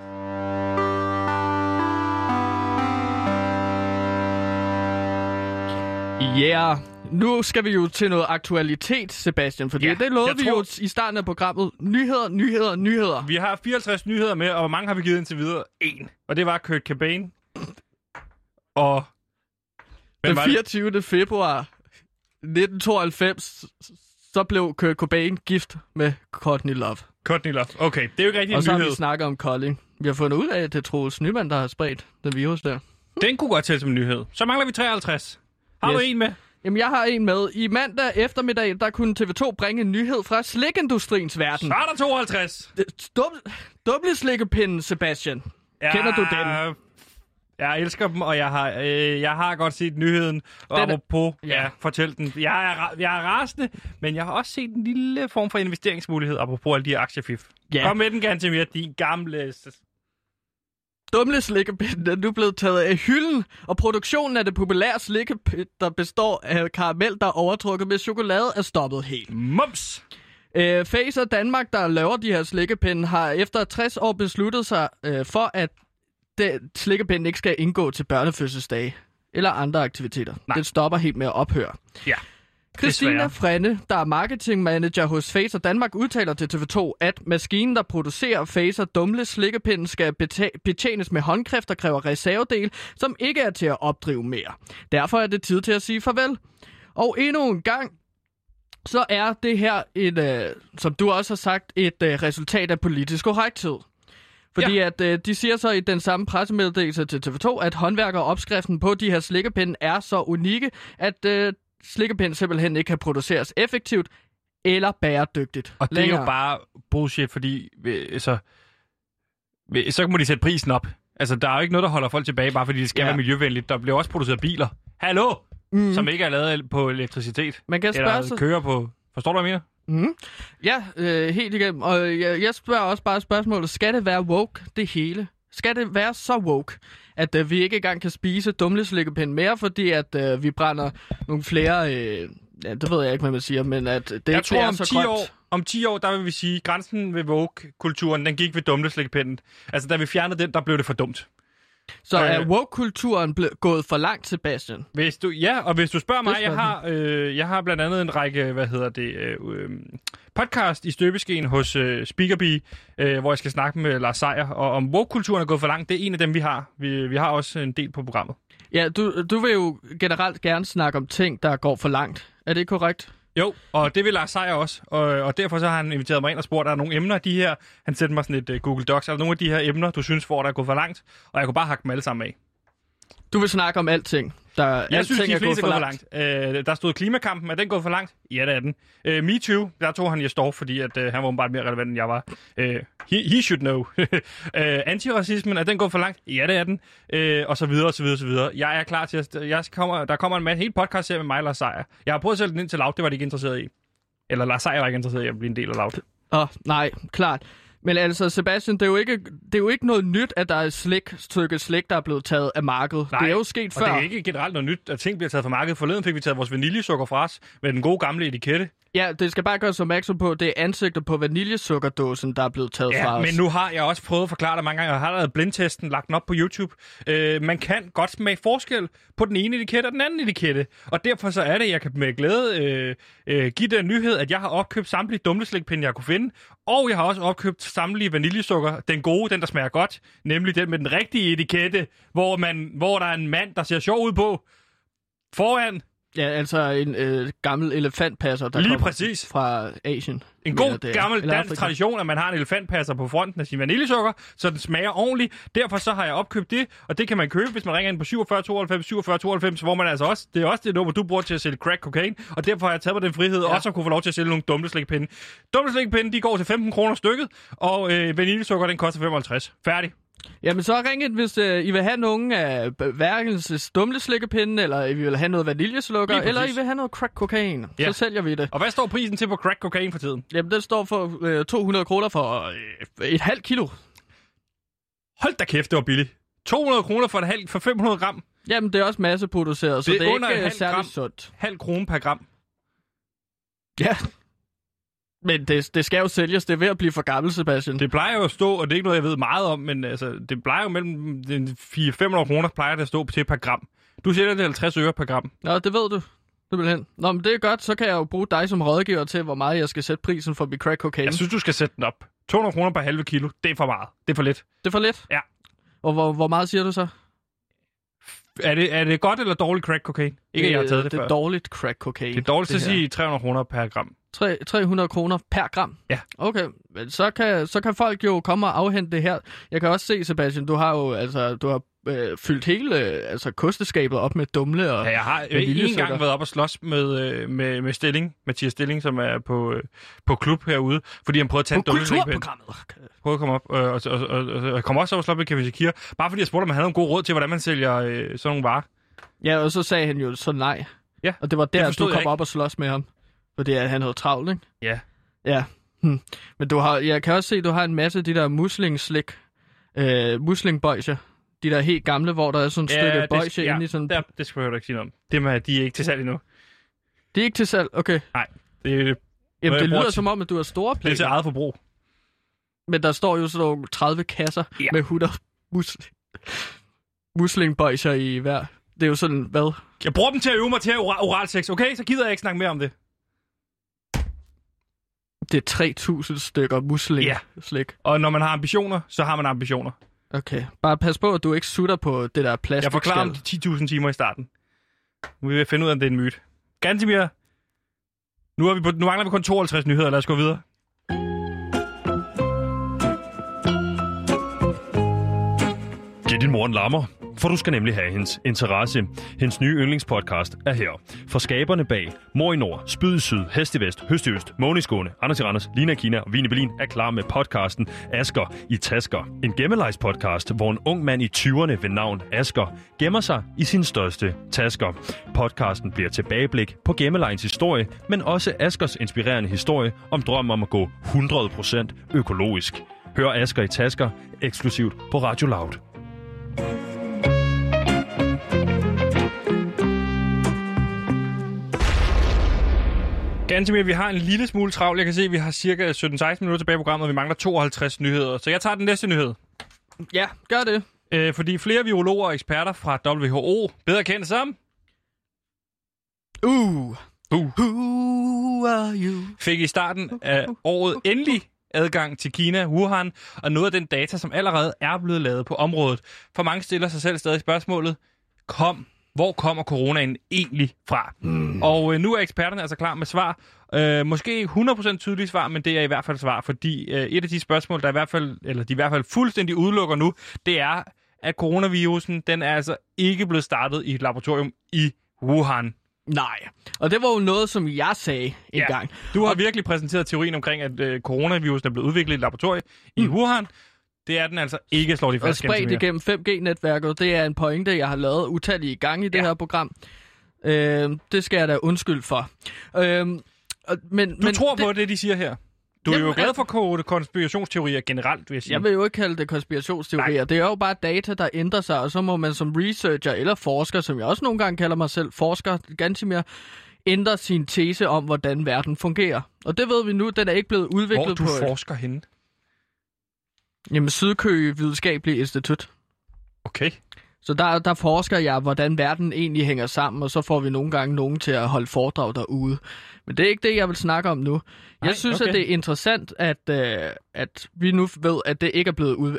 Ja, nu skal vi jo til noget aktualitet, Sebastian, for det lovede vi jo i starten af programmet. Nyheder. Vi har 54 nyheder med, og hvor mange har vi givet indtil videre? 1. Og det var Kurt Cobain. Og... Den 24. februar 1992, så blev Kurt Cobain gift med Courtney Love. Courtney Love, okay. Det er jo ikke rigtig en nyhed. Og så nyhed. har vi snakket om Kolding. Vi har fundet ud af, at det er Troels Nyman, der har spredt den virus der. Den kunne godt tælle som en nyhed. Så mangler vi 53. Har du en med? Jamen, jeg har en med. I mandag eftermiddag, der kunne TV2 bringe en nyhed fra slikindustriens verden. Så er der 52. Doble slikkepinden, Sebastian. Ja, kender du den? Jeg elsker dem, og jeg har godt set nyheden. Og apropos, fortæl den. Jeg er rasende, men jeg har også set en lille form for investeringsmulighed, apropos alle de her aktiefif. Ja. Kom med den, Gantemir, din gamle... Dumle slikkepind er nu blevet taget af hylden, og produktionen af det populære slikkepind, der består af karamel, der er overtrukket med chokolade, er stoppet helt. Mums! Fazer Danmark, der laver de her slikkepinde, har efter 60 år besluttet sig for, at slikkepinden ikke skal indgå til børnefødselsdage eller andre aktiviteter. Nej. Den stopper helt med at ophøre. Ja. Christina Frenne, der er marketingmanager hos Fazer Danmark, udtaler til TV2, at maskinen, der producerer Fazer Dumle slikkepinden, skal betjenes med håndkræft og kræver reservedel, som ikke er til at opdrive mere. Derfor er det tid til at sige farvel. Og endnu en gang, så er det her, som du også har sagt, et resultat af politisk korrekthed. Fordi at de siger så i den samme pressemeddelelse til TV2, at håndværkeropskriften på de her slikkepinde er så unikke, at slikkepind simpelthen ikke kan produceres effektivt eller bæredygtigt. Og det er jo bare bullshit, fordi så må de sætte prisen op. Altså, der er jo ikke noget, der holder folk tilbage, bare fordi det skal være miljøvenligt. Der bliver også produceret biler. Hallo! Som ikke er lavet på elektricitet. Man kan eller kører på... Forstår du, hvad jeg mener? Ja, helt igennem. Og jeg spørger også bare spørgsmålet, skal det være woke, det hele? Skal det være så woke, at vi ikke engang kan spise dumleslikkepind mere, fordi at vi brænder nogle flere... det ved jeg ikke, hvad man siger, men at det ikke er så grønt. Om 10 år, der vil vi sige, grænsen ved woke-kulturen, den gik ved dumleslikkepinden. Altså, da vi fjernede den, der blev det for dumt. Så er woke-kulturen gået for langt, Sebastian? Hvis du spørger mig, jeg har blandt andet en række, podcast i støbeskeen hos Speakerbee, hvor jeg skal snakke med Lars Seier, og om woke-kulturen er gået for langt, det er en af dem, vi har. Vi har også en del på programmet. Ja, du vil jo generelt gerne snakke om ting, der går for langt. Er det korrekt? Jo, og det vil Lars Seier også, og derfor så har han inviteret mig ind og spurgt, der er nogle emner, de her, han sendte mig sådan et Google Docs, er der nogle af de her emner, du synes, hvor der er gået for langt, og jeg kunne bare hakke dem alle sammen af. Du vil snakke om alting? Jeg synes, de fleste er gået for langt. Der stod klimakampen, er den gået for langt? Ja, det er den. MeToo, der tog han Jesdorf, fordi at, han var åbenbart mere relevant, end jeg var. He should know. Antiracismen, er den gået for langt? Ja, det er den. Og så videre, og så videre, og så videre. Jeg er klar til at... Der kommer en helt podcast her med mig og Lars Seier. Jeg har prøvet at sælge den ind til Loud, det var de ikke interesseret i. Eller Lars Seier var ikke interesseret i at blive en del af Loud. Nej, klart. Men altså, Sebastian, det er jo ikke noget nyt, at der er et stykke slik, der er blevet taget af markedet. Nej, det er jo sket før. Og det er ikke generelt noget nyt, at ting bliver taget fra markedet. Forleden fik vi taget vores vaniljesukker fra os med den gode gamle etikette. Ja, det skal bare gøres opmærksom på, det er ansigter på vaniljesukkerdåsen, der er blevet taget fra os. Men nu har jeg også prøvet at forklare det mange gange. Jeg har lavet blindtesten, lagt den op på YouTube. Man kan godt smage forskel på den ene etikette og den anden etikette. Og derfor så er det, jeg kan med glæde give den nyhed, at jeg har opkøbt samtlige dumleslikpinde, jeg kunne finde. Og jeg har også opkøbt samtlige vaniljesukker. Den gode, den der smager godt. Nemlig den med den rigtige etikette, hvor der er en mand, der ser sjov ud på. Foran. Ja, altså en gammel elefantpasser, der kommer fra Asien. En god gammel dansk tradition, at man har en elefantpasser på fronten af sin vaniljesukker, så den smager ordentligt. Derfor så har jeg opkøbt det, og det kan man købe, hvis man ringer ind på 47 92 47 92, hvor man altså også, det er også det nummer, du bruger til at sælge crack cocaine, og derfor har jeg taget mig den frihed, også at kunne få lov til at sælge nogle dumleslikpinde. Dumleslikpinde, de går til 15 kroner stykket, og vaniljesukker, den koster 55. Færdig. Jamen så ring ind, hvis I vil have nogen af hverken dumleslikkepinde, eller I vil have noget vaniljeslukker, eller I vil have noget crack cocaine. Ja. Så sælger vi det. Og hvad står prisen til på crack cocaine for tiden? Jamen den står for 200 kroner for et halvt kilo. Hold da kæft, det var billigt. 200 kroner for 500 gram. Jamen det er også masseproduceret, så det er ikke særlig sundt. Halv krone per gram. Ja. Men det skal jo sælges. Det er ved at blive for gammelt, Sebastian. Det plejer jo at stå, og det er ikke noget, jeg ved meget om, men altså, det plejer jo mellem 400-500 kroner, plejer det at stå til per gram. Du sælger det 50 øre per gram. Nå, det ved du. Simpelthen. Nå, men det er godt. Så kan jeg jo bruge dig som rådgiver til, hvor meget jeg skal sætte prisen for mit crack cocaine. Jeg synes, du skal sætte den op. 200 kroner per halve kilo. Det er for meget. Det er for lidt. Det er for lidt? Ja. Og hvor meget siger du så? Er det godt eller dårligt crack cocaine? Ikke, at jeg har taget det før. Det er dårligt crack cocaine. Det er dårligt at sige 300 kroner per gram. 300 kroner per gram? Ja. Okay, men så kan folk jo komme og afhente det her. Jeg kan også se, Sebastian, du har jo fyldt hele kosteskabet op med dumle og... Ja, jeg har en gang været op og slås med Stilling, Mathias Stilling, som er på klub herude, fordi han prøvede at tage en dumle. På kulturprogrammet? Prøvede at komme op, og jeg kom også op og slås med Kevin Shakir, bare fordi jeg spurgte, om han havde en god råd til, hvordan man sælger sådan nogle varer. Ja, og så sagde han jo så nej. Ja. Og det var der, du kom op og slås med ham. Fordi han havde travlt, ikke? Ja. Ja. Men jeg kan også se, at du har en masse af de der muslingslik, muslingbøjser. De der helt gamle, hvor der er sådan et stykke bøjse inde i sådan... Ja, det skal jeg jo ikke sige noget om. De er ikke til salg endnu. De er ikke til salg? Okay. Nej. Jamen, det lyder som om, at du har store planer. Det er til eget forbrug. Men der står jo sådan 30 kasser med 100 muslingbøjser i hver. Det er jo sådan, hvad? Jeg bruger dem til at øve mig til oralsex, okay? Så gider jeg ikke snakke mere om det. Det er 3.000 stykker muslingslik. Og når man har ambitioner, så har man ambitioner. Okay. Bare pas på, at du ikke sutter på det der plastik. Jeg forklarer om de 10.000 timer i starten. Nu vil vi finde ud af, om det er en myte. Gantemir, nu mangler vi kun 52 nyheder. Lad os gå videre. Giv din mor en lammer, for du skal nemlig have hendes interesse. Hendes nye yndlingspodcast er her. For skaberne bag Mor i Nord, Spyd i Syd, Hest i Vest, Høst i Øst, Måne i Skåne, Anders i Randers, Lina i Kina og Vin i Berlin er klar med podcasten Asger i Tasker. En gemmelejspodcast, hvor en ung mand i 20'erne ved navn Asger gemmer sig i sin største tasker. Podcasten bliver tilbageblik på gemmelejens historie, men også Asgers inspirerende historie om drømmen om at gå 100% økologisk. Hør Asger i Tasker eksklusivt på Radio Loud. Gantemir, vi har en lille smule travlt. Jeg kan se, at vi har cirka 17-16 minutter tilbage i programmet, og vi mangler 52 nyheder. Så jeg tager den næste nyhed. Ja, gør det. Fordi flere virologer og eksperter fra WHO, bedre kendt som... Who are you? Fik i starten af året endelig adgang til Kina, Wuhan, og noget af den data, som allerede er blevet lavet på området. For mange stiller sig selv stadig spørgsmålet, hvor kommer coronaen egentlig fra? Og nu er eksperterne altså klar med svar. Måske ikke 100% tydelige svar, men det er i hvert fald svar, fordi et af de spørgsmål, de i hvert fald fuldstændig udelukker nu, det er, at coronavirusen, den er altså ikke blevet startet i et laboratorium i Wuhan. Nej, og det var jo noget, som jeg sagde en gang. Du har virkelig præsenteret teorien omkring, at coronavirusen er blevet udviklet i et laboratorium i Wuhan. Det er den altså ikke, slår de fast. Og spredt igennem 5G-netværket, det er en pointe, jeg har lavet utallige gange i det her program. Det skal jeg da undskylde for. Du tror på det, de siger her? Du er jo glad for konspirationsteorier generelt, vil jeg sige. Jeg vil jo ikke kalde det konspirationsteorier. Nej. Det er jo bare data, der ændrer sig, og så må man som researcher eller forsker, som jeg også nogle gange kalder mig selv, forsker Gantemir, ændre sin tese om, hvordan verden fungerer. Og det ved vi nu, den er ikke blevet udviklet på... Hvor du forsker henne? Jamen, Sydkøge Videnskabelige Institut. Okay. Så der forsker jeg, hvordan verden egentlig hænger sammen, og så får vi nogle gange nogen til at holde foredrag derude. Men det er ikke det, jeg vil snakke om nu. Jeg synes, at det er interessant, at vi nu ved, at det ikke er blevet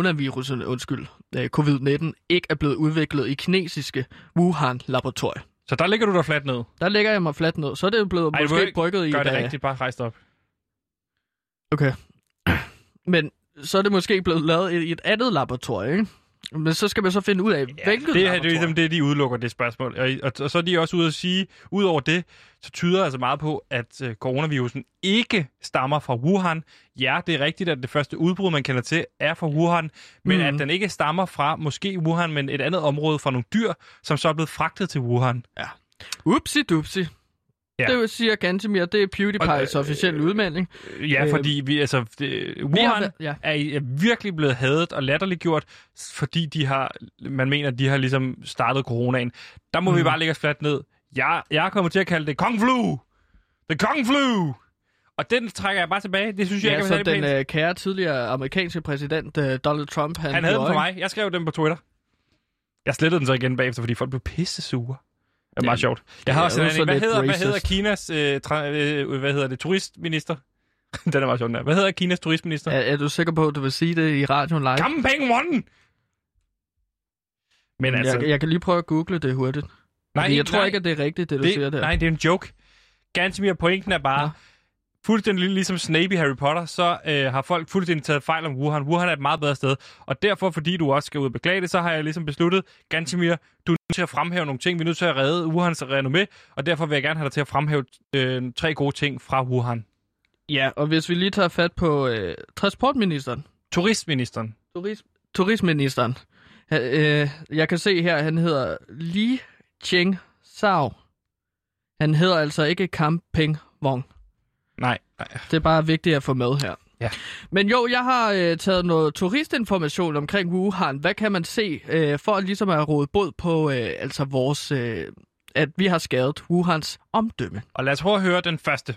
covid-19 ikke er blevet udviklet i kinesiske Wuhan-laboratorier. Så der ligger du der fladt ned? Der ligger jeg mig fladt ned. Så er det jo blevet måske brygget i... Gør det rigtigt, bare rejst op. Okay. Men så er det måske blevet lavet i et andet laboratorium, ikke? Men så skal man så finde ud af, hvilket det er ligesom det, de udelukker, det spørgsmål. Og så er de også ude at sige, ud over det, så tyder altså meget på, at coronavirusen ikke stammer fra Wuhan. Ja, det er rigtigt, at det første udbrud, man kender til, er fra Wuhan, men at den ikke stammer fra måske Wuhan, men et andet område fra nogle dyr, som så er blevet fragtet til Wuhan. Ja. Upsi-dupsi. Ja. Det siger Gantemir, det er PewDiePie's officielle udmelding. Ja, fordi Wuhan er virkelig blevet hadet og latterliggjort, fordi man mener, at de har ligesom startet coronaen. Der må vi bare lægge os fladt ned. Jeg er kommet til at kalde det Kung Flu! The Kung Flu! Og den trækker jeg bare tilbage. Det synes jeg ikke, så jeg vil have den kære tidligere amerikanske præsident Donald Trump, Han havde den for mig. Jeg skrev den på Twitter. Jeg slettede den så igen bagefter, fordi folk blev pisse sure. Det er meget sjovt. Jeg har også en hvad hedder Kinas turistminister? Den er meget sjovt. Hvad hedder Kinas turistminister? Er du sikker på, at du vil sige det i radioen live? Camping One! Men altså... Jeg kan lige prøve at google det hurtigt. Nej, jeg tror ikke, at det er rigtigt, det du siger der. Nej, det er en joke. Ganske mere pointen er bare... Fuldstændig ligesom Snape i Harry Potter, så har folk fuldstændig taget fejl om Wuhan. Wuhan er et meget bedre sted. Og derfor, fordi du også skal ud og beklage det, så har jeg ligesom besluttet, Gantemir, du er nødt til at fremhæve nogle ting. Vi er nødt til at redde Wuhans renommé, og derfor vil jeg gerne have dig til at fremhæve 3 gode ting fra Wuhan. Ja, og hvis vi lige tager fat på transportministeren. Turistministeren. Turistministeren. Jeg kan se her, han hedder Li Cheng-sao. Han hedder altså ikke Camping Wong. Nej. Det er bare vigtigt at få med her. Ja. Men jo, jeg har taget noget turistinformation omkring Wuhan. Hvad kan man se for ligesom at råde bod på altså vores, at vi har skadet Wuhans omdømme? Og lad os prøve at høre den første.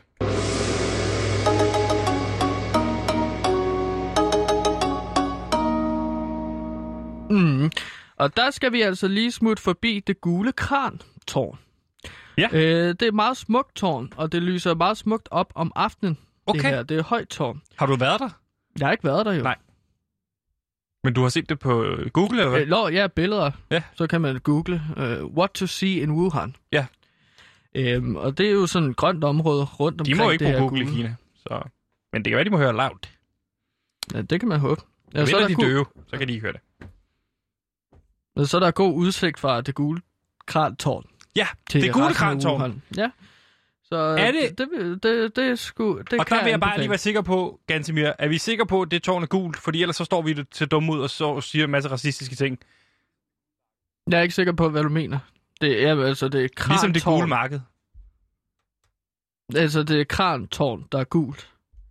Og der skal vi altså lige smutte forbi det gule krantårn. Ja. Det er et meget smukt tårn, og det lyser meget smukt op om aftenen. Okay. Det er et højt tårn. Har du været der? Jeg har ikke været der jo. Nej. Men du har set det på Google, eller hvad? Ja, billeder. Ja. Så kan man google what to see in Wuhan. Ja. Og det er jo sådan et grønt område rundt omkring det her. De må ikke på Google i Kina. Så... Men det kan være, de må høre loud. Ja, det kan man håbe. Ja, så er de døve, så kan de ikke høre det. Og så er der god udsigt fra det gule krantårn. Ja, det gule krantårn. Ja. Så er det? Det er sgu... Det og der vil jeg bare lige være sikker på, Gantemir, er vi sikre på, at det tårn er gult? Fordi ellers så står vi til dumme ud og så siger en masse racistiske ting. Jeg er ikke sikker på, hvad du mener. Det er altså det er krantårn. Ligesom det gule marked. Altså det er krantårn, der er gult.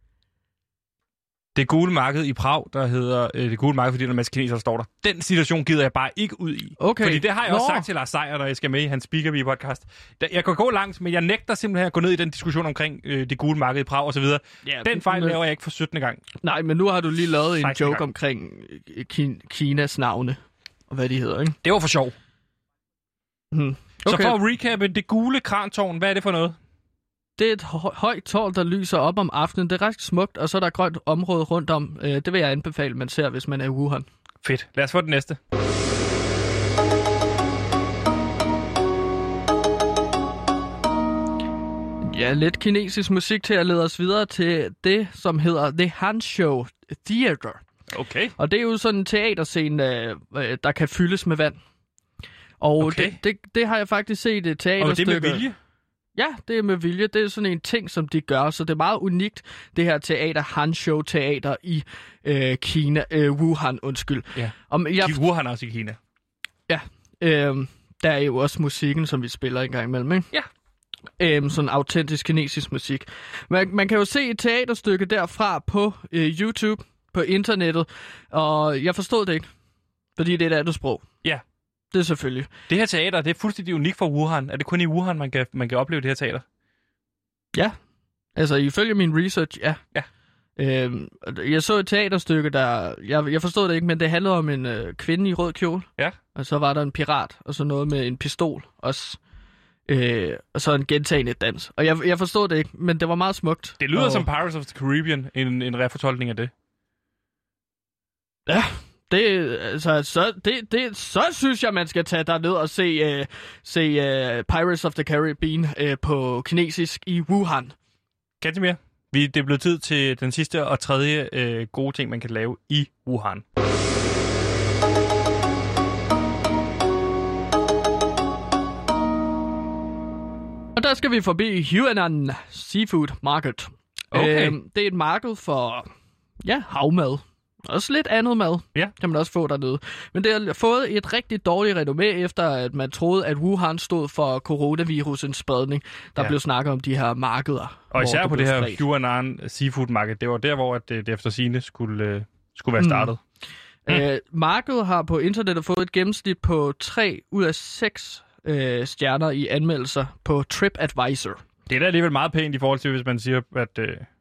Det gule marked i Prag, der hedder det gule marked, fordi der er en masse kinesere, der står der. Den situation gider jeg bare ikke ud i. Okay. Fordi det har jeg også sagt til Lars Seier, når jeg skal med i hans Speaker-podcast. Jeg kan gå langt, men jeg nægter simpelthen at gå ned i den diskussion omkring det gule marked i Prag osv. Ja, den fejl laver jeg ikke for 17. gang. Nej, men nu har du lige lavet en joke omkring Kinas navne, og hvad de hedder, ikke? Det var for sjov. Okay. Så for at recappe, det gule krantårn, hvad er det for noget? Det er et højt tårn, der lyser op om aftenen. Det er ret smukt, og så er der et grønt område rundt om. Det vil jeg anbefale, man ser, hvis man er i Wuhan. Fedt. Lad os få den næste. Ja, lidt kinesisk musik til at lede os videre til det, som hedder The Hanzhou Theater. Okay. Og det er jo sådan en teaterscene, der kan fyldes med vand. Og okay. det har jeg faktisk set et teaterstykke. Og det er med vilje? Ja, det er med vilje. Det er sådan en ting, som de gør. Så det er meget unikt, det her teater, Hanzhou Teater i Kina. Wuhan, undskyld. Ja, Wuhan er også i Kina. Ja, der er jo også musikken, som vi spiller en gang imellem, ikke? Ja. Sådan autentisk kinesisk musik. Man kan jo se et teaterstykke derfra på YouTube, på internettet, og jeg forstod det ikke, fordi det er et andet sprog. Ja. Det er selvfølgelig. Det her teater, det er fuldstændig unikt for Wuhan. Er det kun i Wuhan, man kan opleve det her teater? Ja. Altså, ifølge min research, ja. Ja. Jeg så et teaterstykke, der... Jeg forstod det ikke, men det handlede om en kvinde i rød kjole. Ja. Og så var der en pirat, og så noget med en pistol også. Og så en gentagende dans. Og jeg forstod det ikke, men det var meget smukt. Det lyder som Pirates of the Caribbean, en refortolkning af det. Ja. Så synes jeg, man skal tage derned og se Pirates of the Caribbean på kinesisk i Wuhan. Gantemir, det er blevet tid til den sidste og tredje gode ting, man kan lave i Wuhan. Og der skal vi forbi Huanan Seafood Market. Okay. Det er et marked for havmad. Også lidt andet mad, kan man også få dernede. Men det har fået et rigtig dårligt renommé, efter at man troede, at Wuhan stod for coronavirusens spredning. Der blev snakket om de her markeder. Og især på det her Huanan Seafood Market. Det var der, hvor det efter sigende skulle være startet. Markedet har på internettet fået et gennemsnit på 3 ud af 6 stjerner i anmeldelser på TripAdvisor. Det er da alligevel meget pænt i forhold til, hvis man siger, at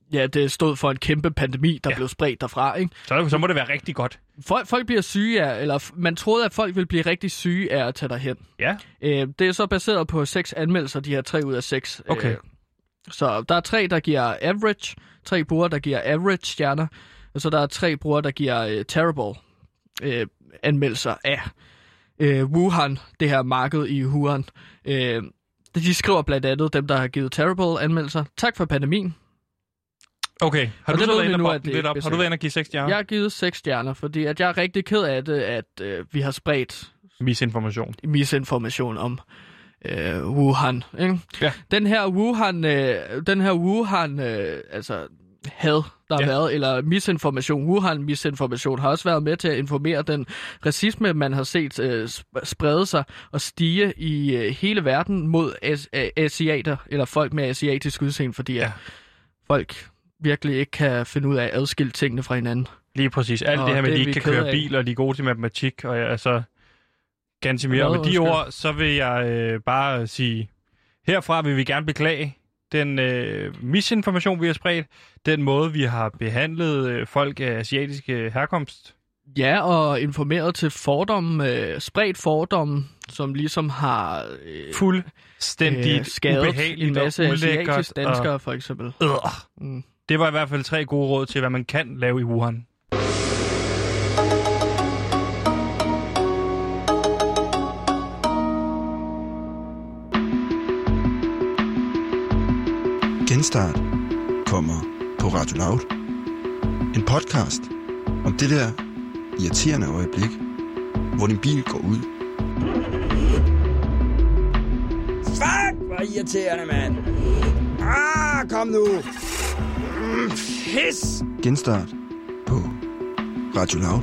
Ja, det stod for en kæmpe pandemi, der blev spredt derfra, ikke? Så må det være rigtig godt. Folk bliver syge af, eller man troede, at folk ville blive rigtig syge af at tage derhen. Ja. Det er så baseret på 6 anmeldelser, de her 3 ud af 6. Okay. Så der er 3, der giver average, 3 brugere, der giver average stjerner, og så der er 3 brugere, der giver terrible anmeldelser af Wuhan, det her marked i Wuhan. De skriver blandt andet dem, der har givet terrible anmeldelser. Tak for pandemien. Okay, har Og du det så ved været vi inde nu, og at det lidt ikke op? Har du været inde og give 6 stjerner? Jeg har givet 6 stjerner, fordi at jeg er rigtig ked af det, at vi har spredt misinformation om Wuhan. Ikke? Ja. Den her Wuhan had, der har været, eller Wuhan-misinformation, har også været med til at informere den racisme, man har set sprede sig og stige i hele verden mod asiater, eller folk med asiatisk udseende, fordi at folk virkelig ikke kan finde ud af at adskille tingene fra hinanden. Lige præcis. Alt det her med, at de ikke kan køre bil, og de er gode til matematik, og altså ganske mere. Og med de ord, så vil jeg bare sige, herfra vil vi gerne beklage den misinformation, vi har spredt, den måde, vi har behandlet folk af asiatiske herkomst. Ja, og informeret til fordomme, spredt fordomme, som ligesom har fuldstændig skadet en masse asiatiske danskere, for eksempel. Det var i hvert fald 3 gode råd til, hvad man kan lave i Wuhan. Genstart kommer på Radio Loud. En podcast om det der irriterende øjeblik, hvor din bil går ud. Fuck, hvor irriterende, mand! Kom nu! Pis! Genstart på Radio Loud.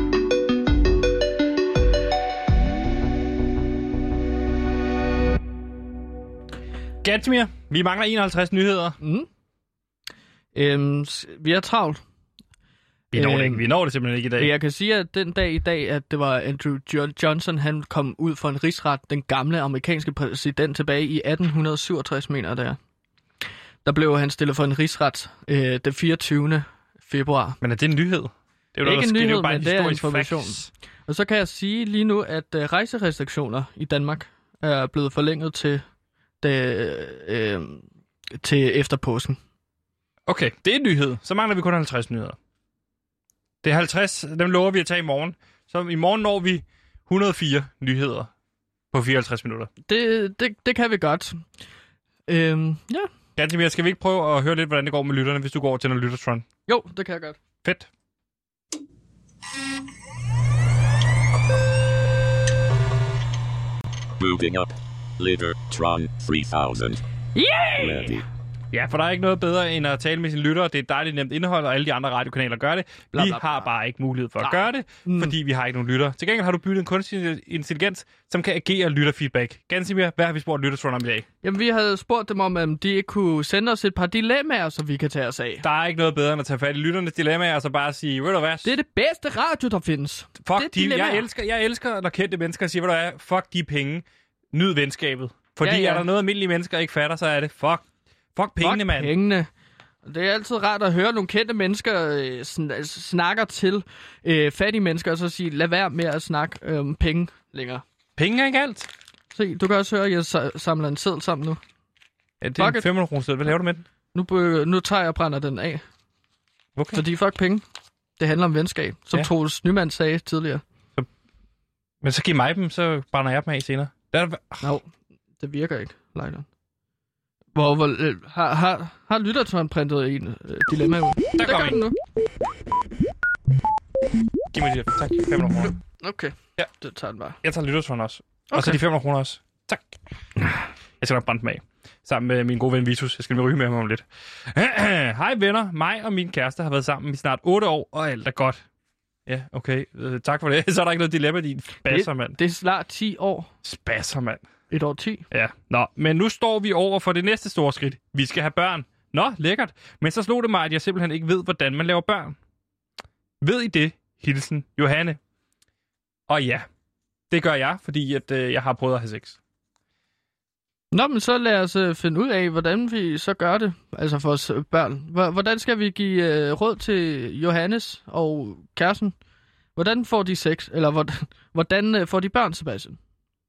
Gatsmir, vi mangler 51 nyheder. Vi er travlt. Vi når det simpelthen ikke i dag. Jeg kan sige, at den dag i dag, at det var Andrew Johnson, han kom ud for en rigsret, den gamle amerikanske præsident tilbage i 1867, mener det er. Der blev han stillet for en rigsret den 24. februar. Men er det en nyhed? Det er ikke en nyhed, men det er information. Og så kan jeg sige lige nu, at rejserestriktioner i Danmark er blevet forlænget til efter påsken. Okay, det er en nyhed. Så mangler vi kun 50 nyheder. Det er 50, dem lover vi at tage i morgen. Så i morgen når vi 104 nyheder på 54 minutter. Det kan vi godt. Ja. Gantemir, skal vi ikke prøve at høre lidt, hvordan det går med lytterne, hvis du går over til noget Lyttertron? Jo, det kan jeg godt. Fedt. Moving up. Lyttertron 3000. Yay! Ready. Ja, for der er ikke noget bedre end at tale med sine lyttere. Det er et dejligt nemt indhold, og alle de andre radiokanaler gør det. Vi har bare ikke mulighed for at gøre det, fordi vi har ikke nogen lyttere. Til gengæld har du bygget en kunstig intelligens, som kan agere lytterfeedback. Gansimir, hvad har vi spurgt Lyttertron om i dag? Jamen, vi havde spurgt dem om de ikke kunne sende os et par dilemmaer, som vi kan tage os af. Der er ikke noget bedre end at tage fat i lytternes dilemmaer, og så bare sige, ved du hvad? Det er det bedste radio, der findes. Jeg elsker, når kendte mennesker siger, ved du hvad? Fuck de penge. Nyd venskabet. Fordi er der noget, almindelige mennesker ikke fatter, så er det fuck pengene, mand. Pengene. Det er altid rart at høre nogle kendte mennesker snakker til fattige mennesker, og så sige, lad være med at snakke om penge længere. Penge er ikke alt. Se, du kan også høre, at jeg samler en seddel sammen nu. Ja, det er en 500 kroner seddel. Hvad laver du med den? Nu tager jeg og brænder den af. Okay. Fordi fuck penge. Det handler om venskab, som Troels Nyman sagde tidligere. Men så giv mig dem, så brænder jeg dem af senere. Nå, det virker ikke, Lejderen. Har Lyttertron printet en dilemma ud? Der gør den nu. Giv mig de 500 kroner. Okay, ja. Det tager den bare. Jeg tager Lyttertron også. Okay. Og så de 500 kroner også. Tak. Jeg skal nok brænde dem af. Sammen med min gode ven Vitus. Jeg skal ryge med ham om lidt. Hej venner. Mig og min kæreste har været sammen i snart 8 år, og alt er godt. Ja, okay. Tak for det. Så er der ikke noget dilemma, din spasser, mand. Det er snart 10 år. Spasser, mand. Et år 10. Ja. Nå, men nu står vi over for det næste store skridt. Vi skal have børn. Nå, lækkert. Men så slog det mig, at jeg simpelthen ikke ved, hvordan man laver børn. Ved I det? Hilsen, Johanne. Og ja, det gør jeg, fordi at, jeg har prøvet at have sex. Nå, men så lad os finde ud af, hvordan vi så gør det, altså for os børn. Hvordan skal vi give råd til Johannes og Kærsten? Hvordan får de sex? Eller hvordan får de børn, Sebastian?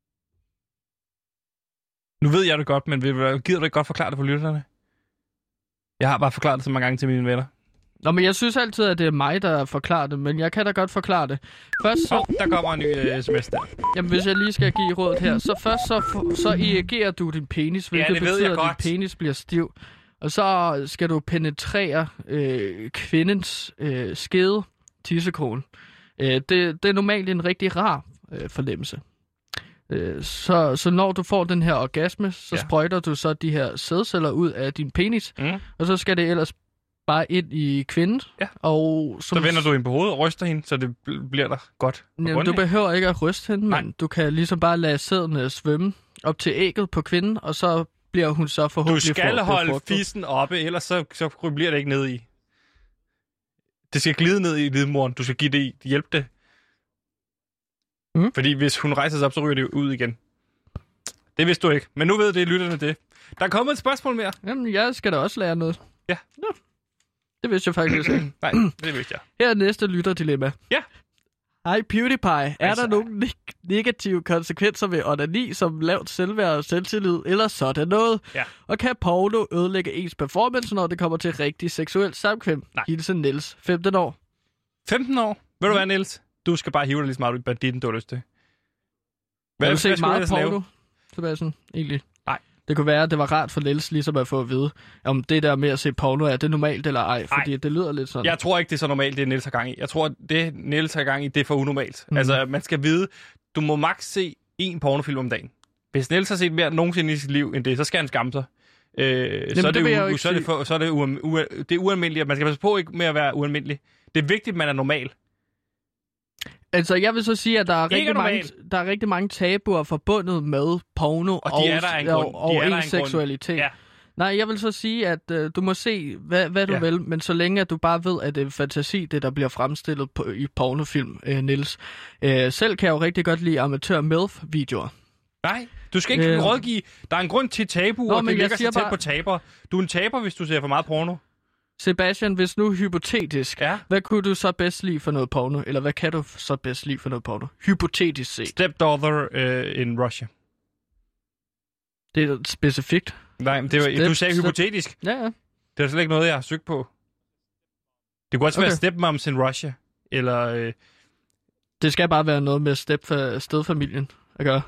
Nu ved jeg det godt, men gider du ikke godt forklare det for lytterne? Jeg har bare forklaret det så mange gange til mine venner. Nå, men jeg synes altid, at det er mig, der forklarer det, men jeg kan da godt forklare det. Først så... der kommer en ny sms der. Jamen, hvis jeg lige skal give rådet her, så først så erigerer du din penis, hvilket betyder, at din penis bliver stiv. Og så skal du penetrere kvindens skede, tissekron. Det er normalt en rigtig rar fornemmelse. Så når du får den her orgasme, så sprøjter du så de her sædceller ud af din penis, og så skal det ellers bare ind i kvinden. Ja. Og så vender du hende på hovedet og ryster hende, så det bliver der godt. Jamen, du behøver ikke at ryste hende, men du kan ligesom bare lade sædene svømme op til ægget på kvinden, og så bliver hun så forhåbentlig... Du skal holde fissen oppe, ellers så bliver det ikke ned i. Det skal glide ned i livmoderen. Du skal give det hjælpe det. Fordi hvis hun rejser sig op, så ryger det ud igen. Det vidste du ikke. Men nu ved det lytterne det. Der er kommet et spørgsmål mere. Jamen, jeg skal da også lære noget. Ja. Det vidste jeg faktisk ikke. Nej, det vidste jeg. Her er næste lytterdilemma. Ja. Hej PewDiePie. Er der nogle negative konsekvenser ved onani, som lavt selvværd og selvtillid, eller sådan noget? Ja. Og kan porno ødelægge ens performance, når det kommer til rigtig seksuelt samkvem? Nej. Hilsen Niels, 15 år. 15 år? Ved du hvad, Niels? Du skal bare hive dig lige så meget ud i banditten, du har lyst til. Har du set meget porno, Sebastian, egentlig? Nej. Det kunne være, at det var rart for Niels ligesom at få at vide, om det der med at se porno, er det normalt eller ej? Fordi det lyder lidt sådan. Jeg tror ikke, det er så normalt, det Niels har gang i. Jeg tror, det Niels har gang i, det er for unormalt. Altså, man skal vide, du må maks se én pornofilm om dagen. Hvis Niels har set mere nogensinde i sit liv end det, så skal han skamme sig. Så er det ualmindeligt, man skal passe på ikke med at være ualmindelig. Det er vigtigt, at man er normal. Altså, jeg vil så sige, at der er rigtig mange tabuer forbundet med porno og ens seksualitet. Ja. Nej, jeg vil så sige, at du må se, hvad du vil, men så længe at du bare ved, at det er fantasi, det der bliver fremstillet i pornofilm, Niels. Selv kan jeg jo rigtig godt lide amatør-MILF-videoer. Nej, du skal ikke rådgive. Der er en grund til tabuer, og det ligger så tæt på taber. Du er en taber, hvis du ser for meget porno. Sebastian, hvis nu hypotetisk, hvad kunne du så bedst lide for noget porno? Eller hvad kan du så bedst lide for noget porno? Hypotetisk set. Stepdaughter in Russia. Det er specifikt. Nej, men du sagde hypotetisk. Ja. Det er slet ikke noget, jeg har søgt på. Det kunne også være Stepmoms in Russia. Eller... Det skal bare være noget med stedfamilien at gøre.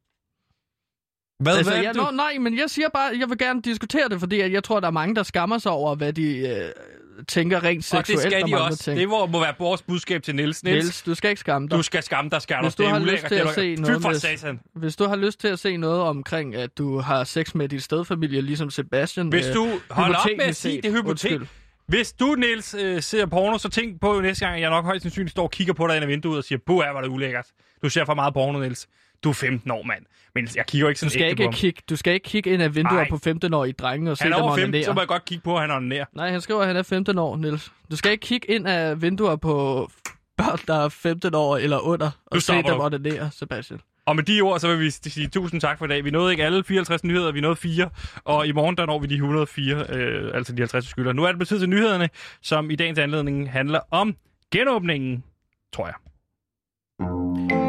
Nej, men jeg siger bare, jeg vil gerne diskutere det, fordi jeg tror, der er mange, der skammer sig over, hvad de tænker rent seksuelt. Og det skal de også. Det må være vores budskab til Niels. Niels, du skal ikke skamme dig. Du skal skamme dig, skal du. Hvis du har lyst til at se noget hvis du har lyst til at se noget omkring, at du har sex med din stedfamilie, ligesom Sebastian. Hvis du holder op med at sige det hypotet. Hvis du, Niels, ser porno, så tænk på næste gang, at jeg nok højst sandsynligt står og kigger på dig ind ad vinduet og siger, buh, var det ulækkert. Du ser for meget porno, Niels. Du er 15 år, mand. Men jeg kigger ikke sådan ægte på ham. Du skal ikke kigge ind af vinduer på 15-årige drenge og se dem onanere. Han er over 15, så må jeg godt kigge på, at han onanerer. Nej, han skriver, at han er 15 år, Niels. Du skal ikke kigge ind af vinduer på børn, der er 15 år eller under, og se dem onanere, Sebastian. Og med de ord, så vil vi sige tusind tak for i dag. Vi nåede ikke alle 54 nyheder, vi nåede 4. Og i morgen, der når vi de 104, altså de 50 skylder. Nu er det tid til nyhederne, som i dagens anledning handler om genåbningen, tror jeg.